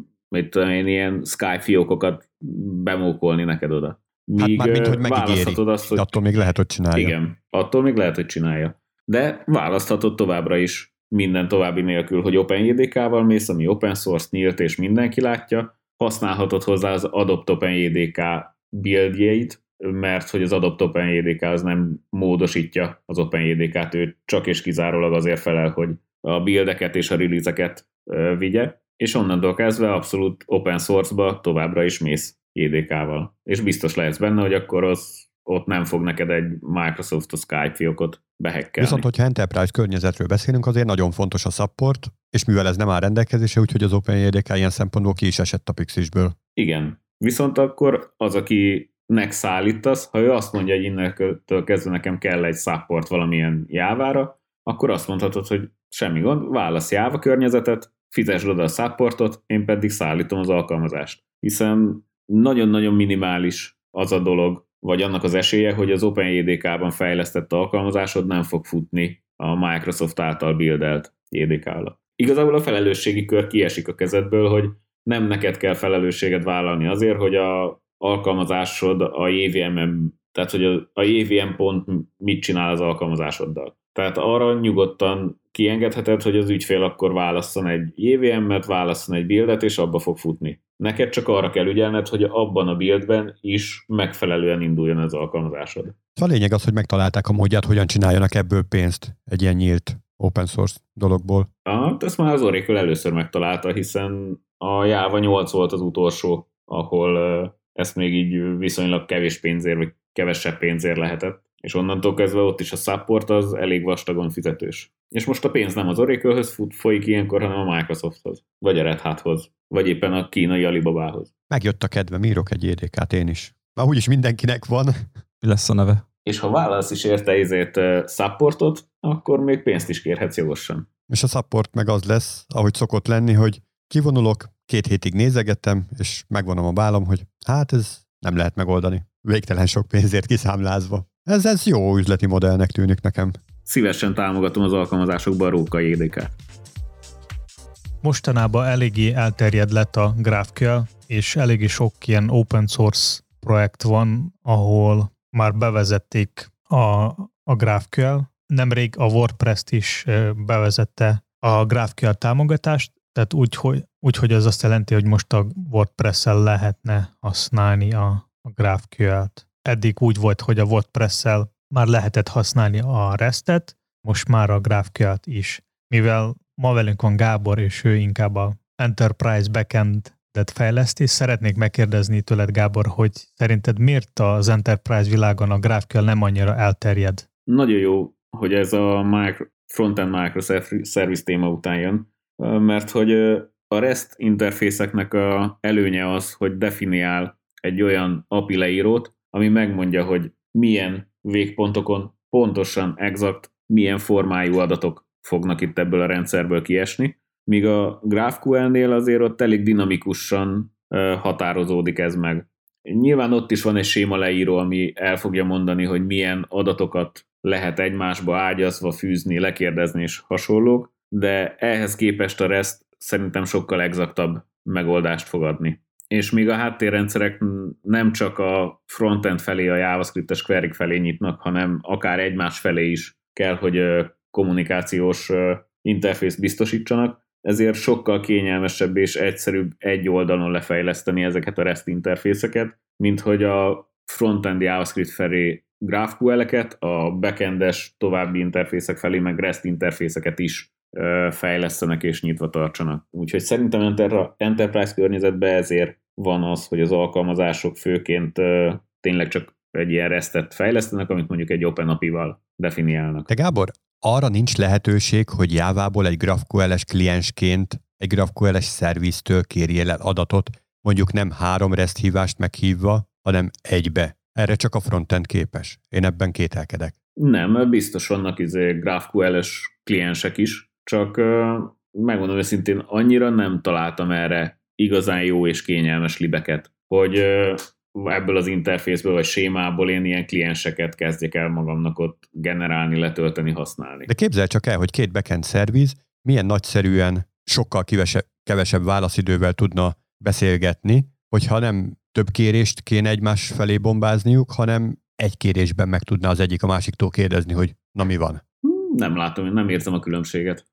én ilyen Skype fiókokat bemókolni neked oda. Hát már mint, hogy megígéri. Azt, hogy attól még lehet, hogy csinálja. Igen, attól még lehet, hogy csinálja. De választhatod továbbra is minden további nélkül, hogy OpenJDK-val mész, ami open source, nyílt és mindenki látja. Használhatod hozzá az Adopt OpenJDK buildjeit, mert hogy az Adopt OpenJDK az nem módosítja az OpenJDK-t, ő csak és kizárólag azért felel, hogy a buildeket és a release-eket vigye, és onnantól kezdve abszolút open source-ba továbbra is mész JDK-val. És biztos lehetsz benne, hogy akkor ott nem fog neked egy Microsoft Skype fiókot behekkelni. Viszont, hogyha Enterprise környezetről beszélünk, azért nagyon fontos a support, és mivel ez nem áll rendelkezésre, úgyhogy az OpenJDK ilyen szempontból ki is esett a Pixisből. Igen. Viszont akkor az, akinek szállítasz, ha ő azt mondja, hogy innentől kezdve nekem kell egy support valamilyen Jávára, akkor azt mondhatod, hogy semmi gond, válasz Java környezetet, fizesd oda a supportot, én pedig szállítom az alkalmazást. Hiszen nagyon-nagyon minimális az a dolog, vagy annak az esélye, hogy az OpenJDK-ban fejlesztett alkalmazásod nem fog futni a Microsoft által buildelt JDK alatt. Igazából a felelősségi kör kiesik a kezedből, hogy nem neked kell felelősséget vállalni azért, hogy a alkalmazásod a JVM-en, tehát hogy a JVM pont mit csinál az alkalmazásoddal. Tehát arra nyugodtan kiengedheted, hogy az ügyfél akkor válasszon egy JVM-et, válasszon egy buildet, és abba fog futni. Neked csak arra kell ügyelned, hogy abban a buildben is megfelelően induljon az alkalmazásod. A lényeg az, hogy megtalálták a módját, hogyan csináljanak ebből pénzt egy ilyen nyílt open source dologból. Ezt már az Oracle először megtalálta, hiszen a Java 8 volt az utolsó, ahol ezt még így viszonylag kevés pénzért, vagy kevesebb pénzért lehetett. És onnantól kezdve ott is a support az elég vastagon fizetős. És most a pénz nem az Oracle-höz folyik ilyenkor, hanem a Microsofthoz, vagy a Red Hathoz, vagy éppen a kínai Alibabához. Megjött a kedvem, írok egy JDK-t én is. Már úgyis mindenkinek van. Mi lesz a neve? És ha válasz is érte supportot, akkor még pénzt is kérhetsz jogosan. És a support meg az lesz, ahogy szokott lenni, hogy kivonulok, 2 hétig nézegettem, és megvonom a bálom, hogy hát ez nem lehet megoldani. Végtelen sok pénzért kiszámlázva. Ez jó üzleti modellnek tűnik nekem. Szívesen támogatom az alkalmazásokban a Róka JDK-t. Mostanában eléggé elterjed lett a GraphQL, és eléggé sok ilyen open source projekt van, ahol már bevezették a GraphQL. Nemrég a WordPress-t is bevezette a GraphQL támogatást, tehát úgy, hogy az azt jelenti, hogy most a WordPress-el lehetne használni a GraphQL-t. Eddig úgy volt, hogy a WordPress-szel már lehetett használni a REST-et, most már a GraphQL-t is. Mivel ma velünk van Gábor, és ő inkább a Enterprise Backend-et fejleszti, szeretnék megkérdezni tőled, Gábor, hogy szerinted miért az Enterprise világon a GraphQL nem annyira elterjed? Nagyon jó, hogy ez a frontend microservice téma után jön, mert hogy a REST interfészeknek a előnye az, hogy definiál egy olyan API leírót, ami megmondja, hogy milyen végpontokon pontosan, exakt, milyen formájú adatok fognak itt ebből a rendszerből kiesni, míg a GraphQL-nél azért ott elég dinamikusan határozódik ez meg. Nyilván ott is van egy séma leíró, ami el fogja mondani, hogy milyen adatokat lehet egymásba ágyazva fűzni, lekérdezni és hasonlók, de ehhez képest a REST szerintem sokkal exaktabb megoldást fog adni. És míg a háttérrendszerek nem csak a frontend felé, a JavaScript-es query felé nyitnak, hanem akár egymás felé is kell, hogy kommunikációs interfészt biztosítsanak, ezért sokkal kényelmesebb és egyszerűbb egy oldalon lefejleszteni ezeket a REST interfészeket, mint hogy a frontend JavaScript felé GraphQL-eket, a backendes további interfészek felé meg REST interfészeket is fejlesztenek és nyitva tartsanak. Úgyhogy szerintem Enterprise környezetben ezért van az, hogy az alkalmazások főként tényleg csak egy ilyen REST-et fejlesztenek, amit mondjuk egy OpenAPI-val definiálnak. De Gábor, arra nincs lehetőség, hogy Jávából egy GraphQL-es kliensként egy GraphQL-es szerviztől kérjél el adatot, mondjuk nem 3 REST hívást meghívva, hanem egybe. Erre csak a frontend képes. Én ebben kételkedek. Nem, biztos vannak GraphQL-es kliensek is, csak megmondom őszintén, annyira nem találtam erre igazán jó és kényelmes libeket. hogy ebből az interfészből vagy sémából én ilyen klienseket kezdjek el magamnak ott generálni, letölteni, használni. De képzelj csak el, hogy 2 backend szerviz milyen nagyszerűen sokkal kevesebb válaszidővel tudna beszélgetni, hogyha nem több kérést kéne egymás felé bombázniuk, hanem egy kérésben meg tudná az egyik a másiktól kérdezni, hogy na mi van. Nem látom, nem érzem a különbséget.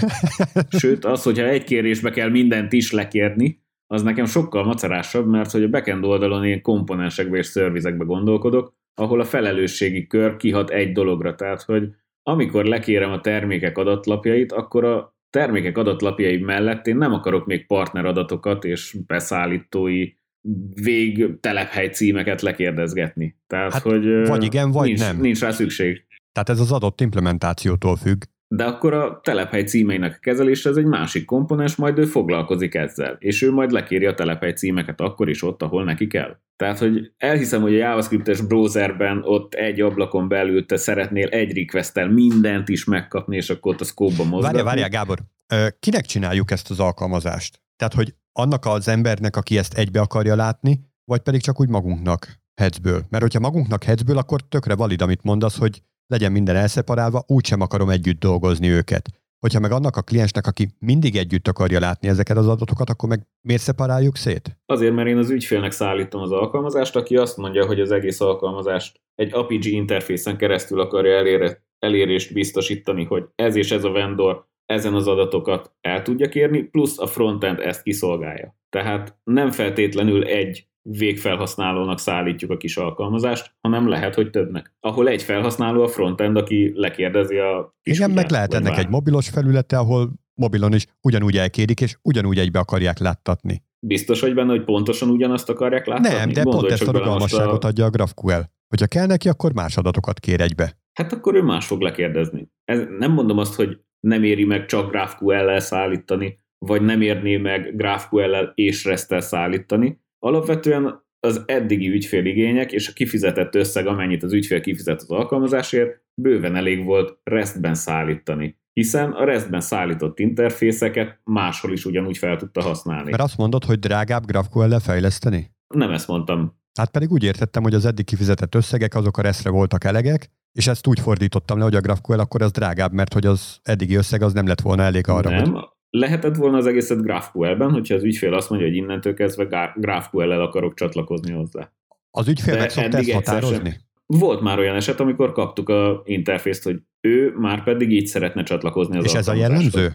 Sőt, az, hogyha egy kérésbe kell mindent is lekérni, az nekem sokkal macerásabb, mert hogy a backend oldalon én komponensekbe és szervizekbe gondolkodok, ahol a felelősségi kör kihat egy dologra. Tehát, hogy amikor lekérem a termékek adatlapjait, akkor a termékek adatlapjai mellett én nem akarok még partneradatokat és beszállítói végtelephely címeket lekérdezgetni. Tehát, hát, hogy vagy igen, vagy nem. Nincs rá szükség. Tehát ez az adott implementációtól függ. De akkor a telephely címeinek a kezelése ez egy másik komponens, majd ő foglalkozik ezzel, és ő majd lekéri a telephely címeket akkor is ott, ahol neki kell. Tehát, hogy elhiszem, hogy a JavaScript-es browserben ott egy ablakon belül te szeretnél egy request-tel mindent is megkapni, és akkor ott a scope-ba mozgatni. Várjál, Gábor, kinek csináljuk ezt az alkalmazást? Tehát, hogy annak az embernek, aki ezt egybe akarja látni, vagy pedig csak úgy magunknak headsből? Mert hogyha magunknak headsből, akkor tökre valid, amit mondasz, hogy legyen minden elszeparálva, úgysem akarom együtt dolgozni őket. Hogyha meg annak a kliensnek, aki mindig együtt akarja látni ezeket az adatokat, akkor meg miért szeparáljuk szét? Azért, mert én az ügyfélnek szállítom az alkalmazást, aki azt mondja, hogy az egész alkalmazást egy APG interfészen keresztül akarja elérést biztosítani, hogy ez és ez a vendor ezen az adatokat el tudja kérni, plusz a frontend ezt kiszolgálja. Tehát nem feltétlenül egy végfelhasználónak szállítjuk a kis alkalmazást, hanem lehet, hogy többnek. Ahol egy felhasználó a frontend, aki lekérdezi a kis igen, meg lehet ennek egy mobilos felülete, ahol mobilon is ugyanúgy elkérik, és ugyanúgy egybe akarják láttatni. Biztos vagy benne, hogy pontosan ugyanazt akarják láttatni? Nem, de pont ezt a rugalmasságot adja a GraphQL. Hogyha kell neki, akkor más adatokat kér egybe. Hát akkor ő más fog lekérdezni. Nem mondom azt, hogy nem éri meg csak GraphQL-lel szállítani, vagy nem érné meg GraphQL-lel és REST-tel szállítani. Alapvetően az eddigi ügyféligények és a kifizetett összeg, amennyit az ügyfél kifizet az alkalmazásért, bőven elég volt REST-ben szállítani, hiszen a REST-ben szállított interfészeket máshol is ugyanúgy fel tudta használni. Mert azt mondod, hogy drágább GraphQL-lel fejleszteni? Nem ezt mondtam. Hát pedig úgy értettem, hogy az eddig kifizetett összegek azok a REST-re voltak elegek, és ezt úgy fordítottam le, hogy a GraphQL akkor az drágább, mert hogy az eddigi összeg az nem lett volna elég arra, nem. hogy... Lehetett volna az egészet GraphQL-ben, hogyha az ügyfél azt mondja, hogy innentől kezdve GraphQL-el akarok csatlakozni hozzá. Az ügyfél meg szokta ezt határozni? Volt már olyan eset, amikor kaptuk a interfészt, hogy ő már pedig így szeretne csatlakozni az alkalmazáshoz. És ez a jellemző?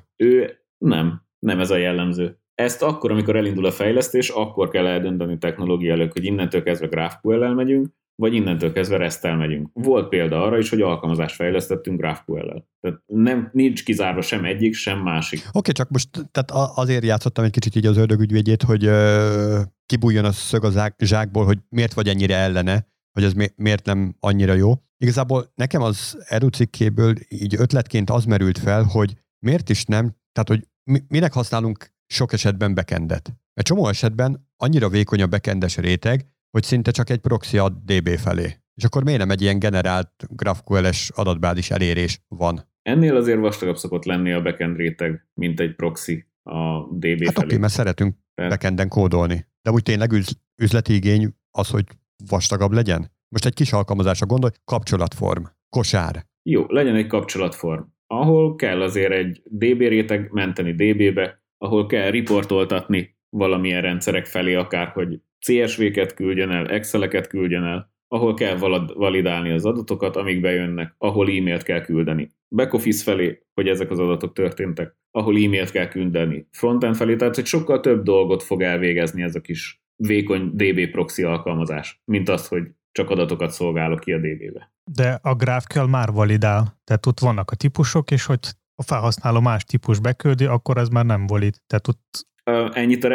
Nem ez a jellemző. Ezt akkor, amikor elindul a fejlesztés, akkor kell eldönteni technológiailag, hogy innentől kezdve GraphQL-el megyünk, vagy innentől kezdve REST-tel megyünk. Volt példa arra is, hogy alkalmazást fejlesztettünk GraphQL-el. Tehát nincs kizárva sem egyik, sem másik. Oké, csak most tehát azért játszottam egy kicsit így az ördögügyvédjét, hogy kibújjon a szög a zsákból, hogy miért vagy ennyire ellene, hogy ez miért nem annyira jó. Igazából nekem az Edu cikkéből így ötletként az merült fel, hogy miért is nem, tehát hogy minek használunk sok esetben backendet. Mert csomó esetben annyira vékony a backendes réteg, hogy szinte csak egy proxy ad DB felé. És akkor miért nem egy ilyen generált GraphQL-es adatbázis elérés van? Ennél azért vastagabb szokott lenni a backend réteg, mint egy proxy a DB felé. Hát oké, mert szeretünk backenden kódolni. De úgy tényleg üzleti igény az, hogy vastagabb legyen? Most egy kis alkalmazásra gondolj, kapcsolatform, kosár. Jó, legyen egy kapcsolatform, ahol kell azért egy DB réteg menteni DB-be, ahol kell riportoltatni valamilyen rendszerek felé, akár hogy CSV-ket küldjön el, Excel-eket küldjön el, ahol kell validálni az adatokat, amik bejönnek, ahol e-mailt kell küldeni. Backoffice felé, hogy ezek az adatok történtek, ahol e-mailt kell küldeni. Frontend felé, tehát hogy sokkal több dolgot fog elvégezni ez a kis vékony DB proxy alkalmazás, mint az, hogy csak adatokat szolgálok ki a DB-be. De a GraphQL már validál, tehát ott vannak a típusok, és hogy a felhasználó más típus beküldi, akkor ez már nem valid. Tehát ott ennyit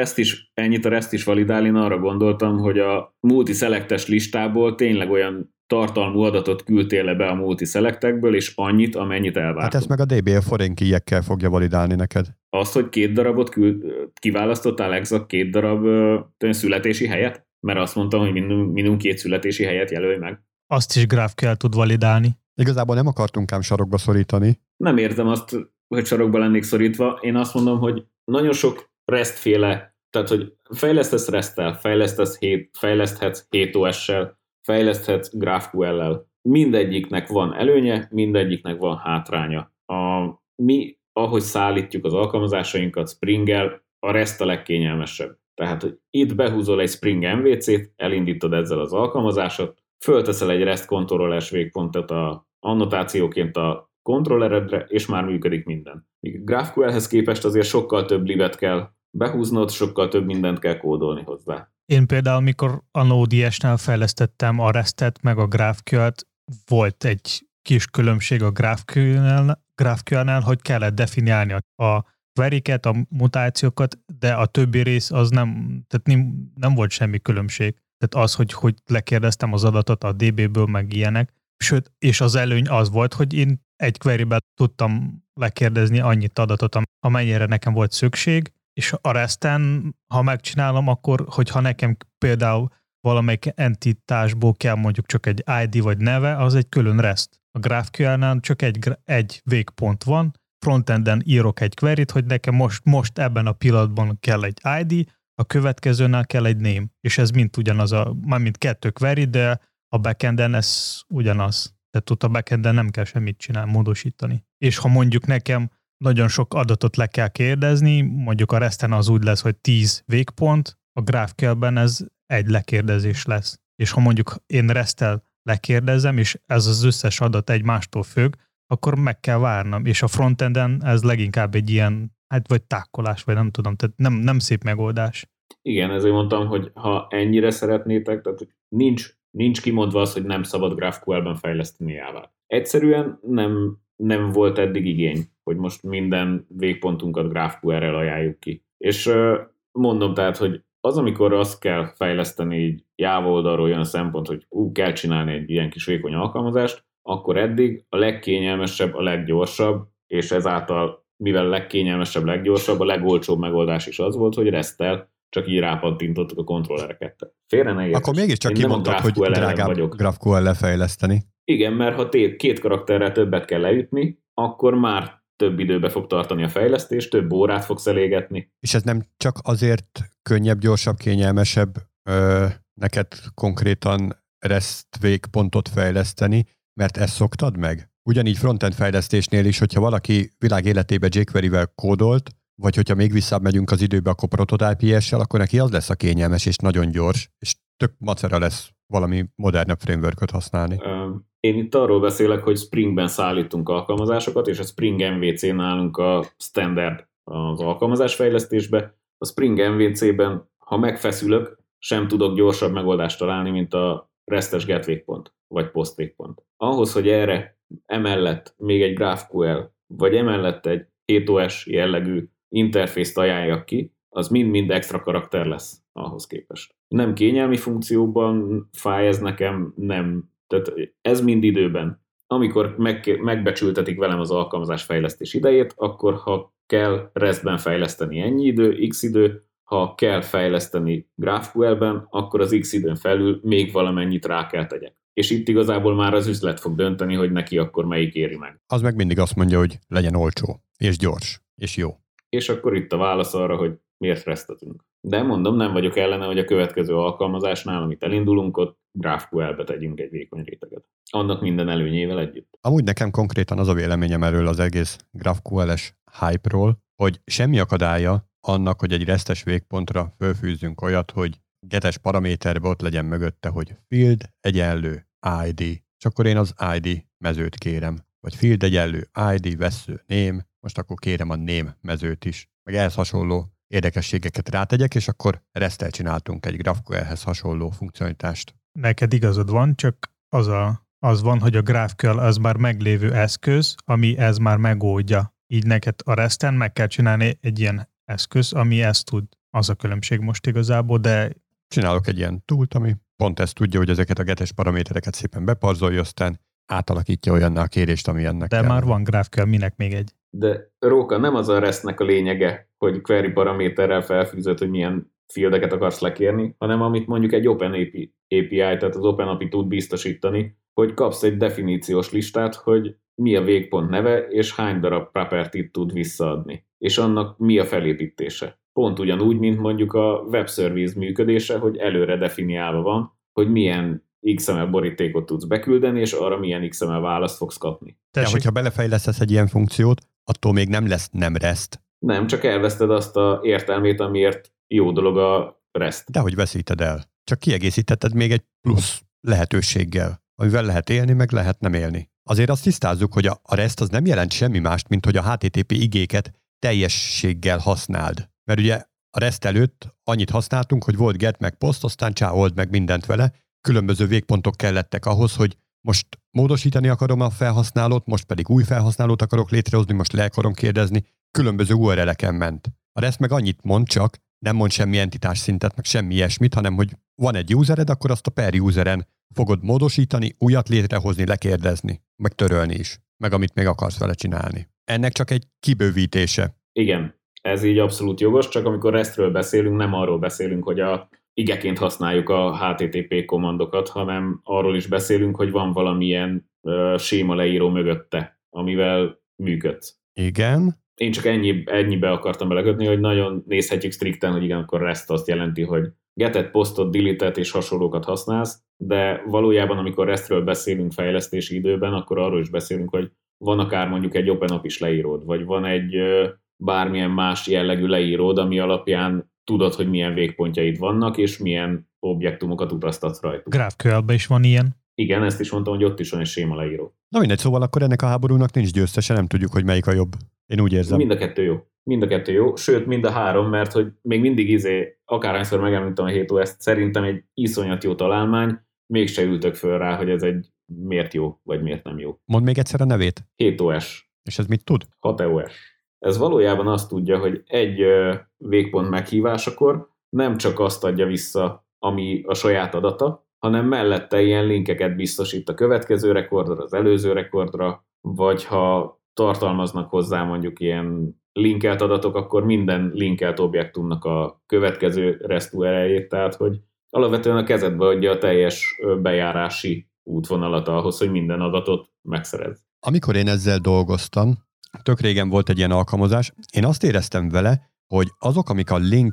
a REST is validál, én arra gondoltam, hogy a multiselectes listából tényleg olyan tartalmú adatot küldtél le be a multiselectekből, és annyit, amennyit elvártunk. Hát ezt meg a DB foreign key-ekkel fogja validálni neked. Azt, hogy 2 darabot kiválasztottál exakt 2 darab születési helyet? Mert azt mondtam, hogy minimum 2 születési helyet jelölj meg. Azt is GraphQL tud validálni. Igazából nem akartunk ám sarokba szorítani. Nem érzem azt, hogy sarokba lennék szorítva. Én azt mondom, hogy nagyon sok REST-féle Tehát, hogy fejlesztesz REST-tel, fejleszthetsz 7OS-sel, fejleszthetsz GraphQL-lel. Mindegyiknek van előnye, mindegyiknek van hátránya. Mi, ahogy szállítjuk az alkalmazásainkat Spring-el, a REST a legkényelmesebb. Tehát, hogy itt behúzol egy Spring MVC-t, elindítod ezzel az alkalmazásot, fölteszel egy REST controller-es végpontot a annotációként a kontrolleredre, és már működik minden. Míg GraphQL-hez képest azért sokkal több libet kell behúznod, sokkal több mindent kell kódolni hozzá. Én például, mikor a Node.js-nál fejlesztettem a REST-et, meg a GraphQL-t, volt egy kis különbség a GraphQL-nál, hogy kellett definiálni a query-ket, a mutációkat, de a többi rész az nem volt semmi különbség. Tehát az, hogy lekérdeztem az adatot a DB-ből, meg ilyenek. Sőt, és az előny az volt, hogy én egy query-ben tudtam lekérdezni annyit adatot, amennyire nekem volt szükség, és a REST-en, ha megcsinálom, akkor, hogyha nekem például valamelyik entitásból kell mondjuk csak egy ID vagy neve, az egy külön REST. A GraphQL-nál csak egy végpont van, frontenden írok egy queryt, hogy nekem most ebben a pillanatban kell egy ID, a következőnál kell egy name, és ez mind ugyanaz, mint 2 query, de a backenden ez ugyanaz. Tehát a backenden nem kell semmit csinálni, módosítani. És ha mondjuk nekem nagyon sok adatot le kell kérdezni, mondjuk a REST-en az úgy lesz, hogy 10 végpont, a GraphQL-ben ez egy lekérdezés lesz. És ha mondjuk én REST-tel lekérdezem, és ez az összes adat egymástól függ, akkor meg kell várnom. És a frontenden ez leginkább egy ilyen, vagy tákolás, vagy nem tudom, tehát nem szép megoldás. Igen, ezért mondtam, hogy ha ennyire szeretnétek, tehát nincs kimondva az, hogy nem szabad GraphQL-ben fejleszteni Jávát. Egyszerűen nem volt eddig igény, hogy most minden végpontunkat GraphQL-rel ajánljuk ki. És mondom tehát, hogy az, amikor azt kell fejleszteni így Java oldalról jön a szempont, hogy kell csinálni egy ilyen kis vékony alkalmazást, akkor eddig a legkényelmesebb, a leggyorsabb, és ezáltal, mivel legkényelmesebb, leggyorsabb, a legolcsóbb megoldás is az volt, hogy REST-tel csak így rápattintottuk a kontrollereket. Félre ne érts. Akkor mégiscsak kimondtad, hogy drágább GraphQL lefejleszteni. Igen, mert ha 2 karakterrel többet kell leütni, akkor már több időbe fog tartani a fejlesztés, több órát fogsz elégetni. És ez nem csak azért könnyebb, gyorsabb, kényelmesebb neked konkrétan REST végpontot fejleszteni, mert ezt szoktad meg? Ugyanígy frontend fejlesztésnél is, hogyha valaki világ életébe jQuery-vel kódolt, vagy hogyha még visszább megyünk az időbe, akkor Prototype.js-sel, akkor neki az lesz a kényelmes és nagyon gyors, és tök macera lesz valami modernebb frameworköt használni. Én itt arról beszélek, hogy Springben szállítunk alkalmazásokat, és a Spring MVC nálunk a standard az alkalmazásfejlesztésbe. A Spring MVC-ben, ha megfeszülök, sem tudok gyorsabb megoldást találni, mint a REST-es get végpont, vagy post végpont. Ahhoz, hogy erre emellett még egy GraphQL, vagy emellett egy 7OS jellegű interfészt ajánljak ki, az mind-mind extra karakter lesz ahhoz képest. Nem kényelmi funkcióban fáj ez nekem, nem. Tehát ez mind időben. Amikor megbecsültetik velem az alkalmazás fejlesztés idejét, akkor ha kell REST-ben fejleszteni ennyi idő, x idő, ha kell fejleszteni GraphQL-ben, akkor az x időn felül még valamennyit rá kell tegyek. És itt igazából már az üzlet fog dönteni, hogy neki akkor melyik éri meg. Az meg mindig azt mondja, hogy legyen olcsó, és gyors, és jó. És akkor itt a válasz arra, hogy miért resztetünk. De mondom, nem vagyok ellene, hogy a következő alkalmazásnál, amit elindulunk, ott GraphQL-be tegyünk egy vékony réteget. Annak minden előnyével együtt. Amúgy nekem konkrétan az a véleményem erről az egész GraphQL-es hype-ról, hogy semmi akadálya annak, hogy egy REST-es végpontra fölfűzzünk olyat, hogy getes paraméterbe ott legyen mögötte, hogy field egyenlő ID, és akkor én az ID mezőt kérem. Vagy field egyenlő ID vessző name, most akkor kérem a name mezőt is. Meg ehhez hasonló érdekességeket rátegyek, és akkor REST-tel csináltunk egy GraphQL-hez hasonló funkcionalitást. Neked igazad van, csak az van, hogy a GraphQL az már meglévő eszköz, ami ez már megoldja. Így neked a REST-en meg kell csinálni egy ilyen eszköz, ami ezt tud. Az a különbség most igazából, de... Csinálok egy ilyen túlt, ami pont ezt tudja, hogy ezeket a getes paramétereket szépen beparzolja, aztán átalakítja olyanná a kérést, ami ennek de kell. Már van GraphQL, minek még egy? De Róka, nem az a REST-nek a lényege, hogy query paraméterrel felfűzött, hogy milyen fieldeket akarsz lekérni, hanem amit mondjuk egy OpenAPI, tehát az OpenAPI tud biztosítani, hogy kapsz egy definíciós listát, hogy mi a végpont neve, és hány darab property-t tud visszaadni, és annak mi a felépítése. Pont ugyanúgy, mint mondjuk a webservice működése, hogy előre definiálva van, hogy milyen XML borítékot tudsz beküldeni, és arra milyen XML választ fogsz kapni. De hogyha belefejlesztesz egy ilyen funkciót, attól még nem lesz nem REST. Nem, csak elveszted azt a értelmét, amiért jó dolog a REST. Dehogy veszíted el. Csak kiegészítetted még egy plusz lehetőséggel, amivel lehet élni, meg lehet nem élni. Azért azt tisztázzuk, hogy a REST az nem jelent semmi mást, mint hogy a HTTP igéket teljességgel használd. Mert ugye a REST előtt annyit használtunk, hogy volt get meg post, aztán old meg mindent vele. Különböző végpontok kellettek ahhoz, hogy most módosítani akarom a felhasználót, most pedig új felhasználót akarok létrehozni, most le akarom kérdezni. Különböző URL-eken ment. A REST meg annyit mond csak, nem mond semmi entitás szintet, meg semmi ilyesmit, hanem hogy van egy usered, akkor azt a per useren fogod módosítani, újat létrehozni, lekérdezni, meg törölni is, meg amit még akarsz vele csinálni. Ennek csak egy kibővítése. Igen, ez így abszolút jogos, csak amikor REST-ről beszélünk, nem arról beszélünk, hogy igeként használjuk a HTTP kommandokat, hanem arról is beszélünk, hogy van valamilyen séma leíró mögötte, amivel működsz. Igen. Én csak ennyibe akartam belekötni, hogy nagyon nézhetjük strikten, hogy igen, akkor REST azt jelenti, hogy getet, postot, deletet és hasonlókat használsz, de valójában, amikor REST-ről beszélünk fejlesztési időben, akkor arról is beszélünk, hogy van akár mondjuk egy OpenAPI-s leíród, vagy van egy bármilyen más jellegű leíród, ami alapján tudod, hogy milyen végpontjaid vannak, és milyen objektumokat utaztatsz rajtuk. GraphQL-ben is van ilyen. Igen, ezt is mondtam, hogy ott is van egy séma leíró. Na mindegy, szóval akkor ennek a háborúnak nincs győztese, nem tudjuk, hogy melyik a jobb. Én úgy érzem. Mind a kettő jó. Mind a kettő jó, sőt, mind a három, mert hogy még mindig akárhányszor megemlítem a 7OS-t, szerintem egy iszonyat jó találmány, mégse ültök föl rá, hogy ez egy miért jó, vagy miért nem jó. Mondd még egyszer a nevét. 7OS. És ez mit tud? 6EOS. Ez valójában azt tudja, hogy egy végpont meghívásakor nem csak azt adja vissza, ami a saját adata, hanem mellette ilyen linkeket biztosít a következő rekordra, az előző rekordra, vagy ha tartalmaznak hozzá mondjuk ilyen linkelt adatok, akkor minden linkelt objektumnak a következő REST URL-jét, tehát hogy alapvetően a kezedbe adja a teljes bejárási útvonalat ahhoz, hogy minden adatot megszerez. Amikor én ezzel dolgoztam, tök régen volt egy ilyen alkalmazás, én azt éreztem vele, hogy azok, amik a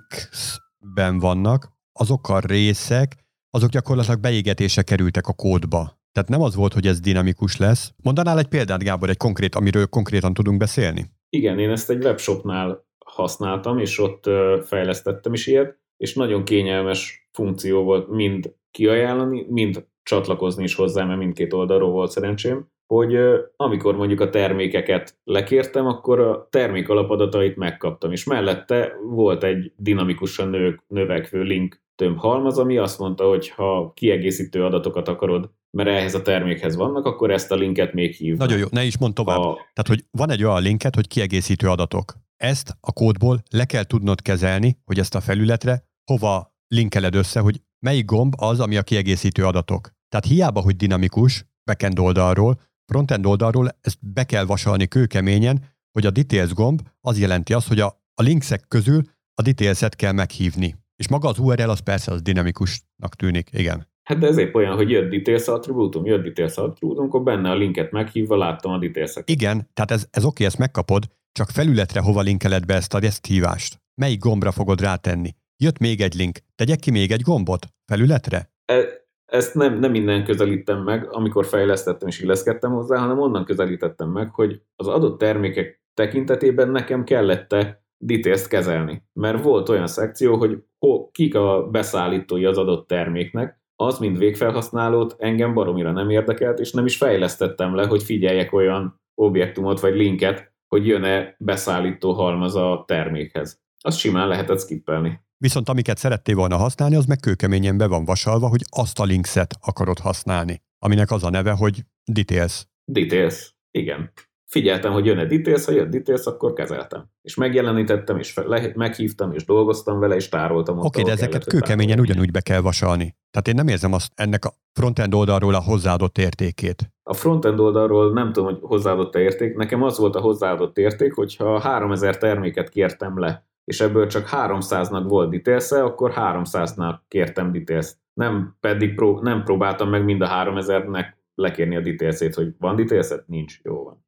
linksben vannak, azok a részek, azok gyakorlatilag beégetésre kerültek a kódba. Tehát nem az volt, hogy ez dinamikus lesz. Mondanál egy példát, Gábor, amiről konkrétan tudunk beszélni? Igen, én ezt egy webshopnál használtam, és ott fejlesztettem is ilyet, és nagyon kényelmes funkció volt mind kiajánlani, mind csatlakozni is hozzá, mert mindkét oldalról volt szerencsém, hogy amikor mondjuk a termékeket lekértem, akkor a termék alapadatait megkaptam, és mellette volt egy dinamikusan növekvő link tömbhalmaz, ami azt mondta, hogy ha kiegészítő adatokat akarod, mert ehhez a termékhez vannak, akkor ezt a linket még hívnak. Nagyon jó, ne is mondd tovább. Tehát, hogy van egy olyan linket, hogy kiegészítő adatok. Ezt a kódból le kell tudnod kezelni, hogy ezt a felületre hova linkeled össze, hogy melyik gomb az, ami a kiegészítő adatok. Tehát hiába, hogy dinamikus, backend oldalról, frontend oldalról ezt be kell vasalni kőkeményen, hogy a details gomb az jelenti azt, hogy a linksek közül a details-et kell meghívni. És maga az URL az persze az dinamikusnak tűnik, igen. Hát de ezért olyan, hogy jött details attribútum, akkor benne a linket meghívva láttam a details-eket. Igen, tehát ez oké, ezt megkapod, csak felületre hova linkeled be ezt a REST hívást? Melyik gombra fogod rátenni? Jött még egy link, tegyek ki még egy gombot? Felületre? Ezt nem innen közelítem meg, amikor fejlesztettem és illeszkedtem hozzá, hanem onnan közelítettem meg, hogy az adott termékek tekintetében nekem kellett details-t kezelni. Mert volt olyan szekció, hogy kik a beszállítói az adott terméknek, az, mint végfelhasználót engem baromira nem érdekelt, és nem is fejlesztettem le, hogy figyeljek olyan objektumot vagy linket, hogy jön-e beszállító halmaz a termékhez. Azt simán lehetett skippelni. Viszont amiket szerettél volna használni, az meg kőkeményen be van vasalva, hogy azt a linkset akarod használni, aminek az a neve, hogy details. Details, igen. Figyeltem, hogy jön-e details, ha jött details, akkor kezeltem. És megjelenítettem, és meghívtam, és dolgoztam vele, és tároltam. Oké, de ezeket kőkeményen ugyanúgy be kell vasalni. Tehát én nem érzem ennek a frontend oldalról a hozzáadott értékét. A frontend oldalról nem tudom, hogy hozzáadott érték. Nekem az volt a hozzáadott érték, hogyha 3000 terméket kértem le, és ebből csak 300-nak volt details-e, akkor 300-nál kértem details-t. Nem próbáltam meg mind a 3000-nek lekérni a details-ét, hogy van details-et? Nincs, jó van.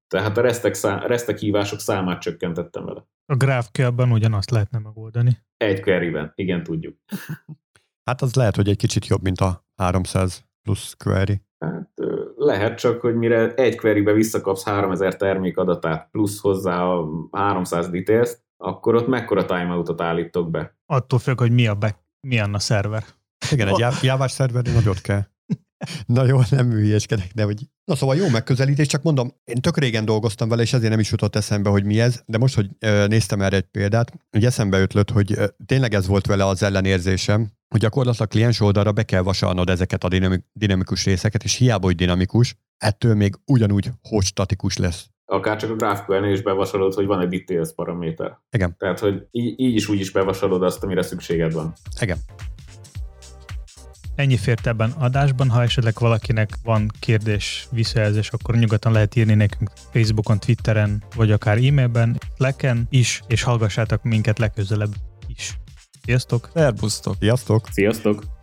Tehát a restek hívások számát csökkentettem vele. A GraphQL-ban ugyanazt lehetne megoldani. Egy queryben, igen, tudjuk. Hát az lehet, hogy egy kicsit jobb, mint a 300 plusz query. Hát lehet csak, hogy mire egy querybe visszakapsz 3000 termékadatát, plusz hozzá a 300 details, akkor ott mekkora timeoutot állítok be? Attól függ, hogy milyen a szerver. Igen, egy jávás szerverén nagyot kell. Na jó, nem hülyeskedek, de hogy... Na szóval jó megközelítés, csak mondom, én tök régen dolgoztam vele, és ezért nem is jutott eszembe, hogy mi ez, de most, hogy néztem erre egy példát, hogy eszembe ötlött, hogy tényleg ez volt vele az ellenérzésem, hogy gyakorlatilag kliens oldalra be kell vasalnod ezeket a dinamikus részeket, és hiába, hogy dinamikus, ettől még ugyanúgy, hogy statikus lesz. Akár csak a GraphQL-nél is bevasalod, hogy van egy details paraméter. Igen. Tehát, hogy így is úgy is bevasalod azt, amire szükséged van. Igen. Ennyi fért ebben adásban, ha esetleg valakinek van kérdés, visszajelzés, akkor nyugodtan lehet írni nekünk Facebookon, Twitteren, vagy akár e-mailben, Slacken is, és hallgassátok minket legközelebb is. Sziasztok! Szerbusztok! Sziasztok! Sziasztok!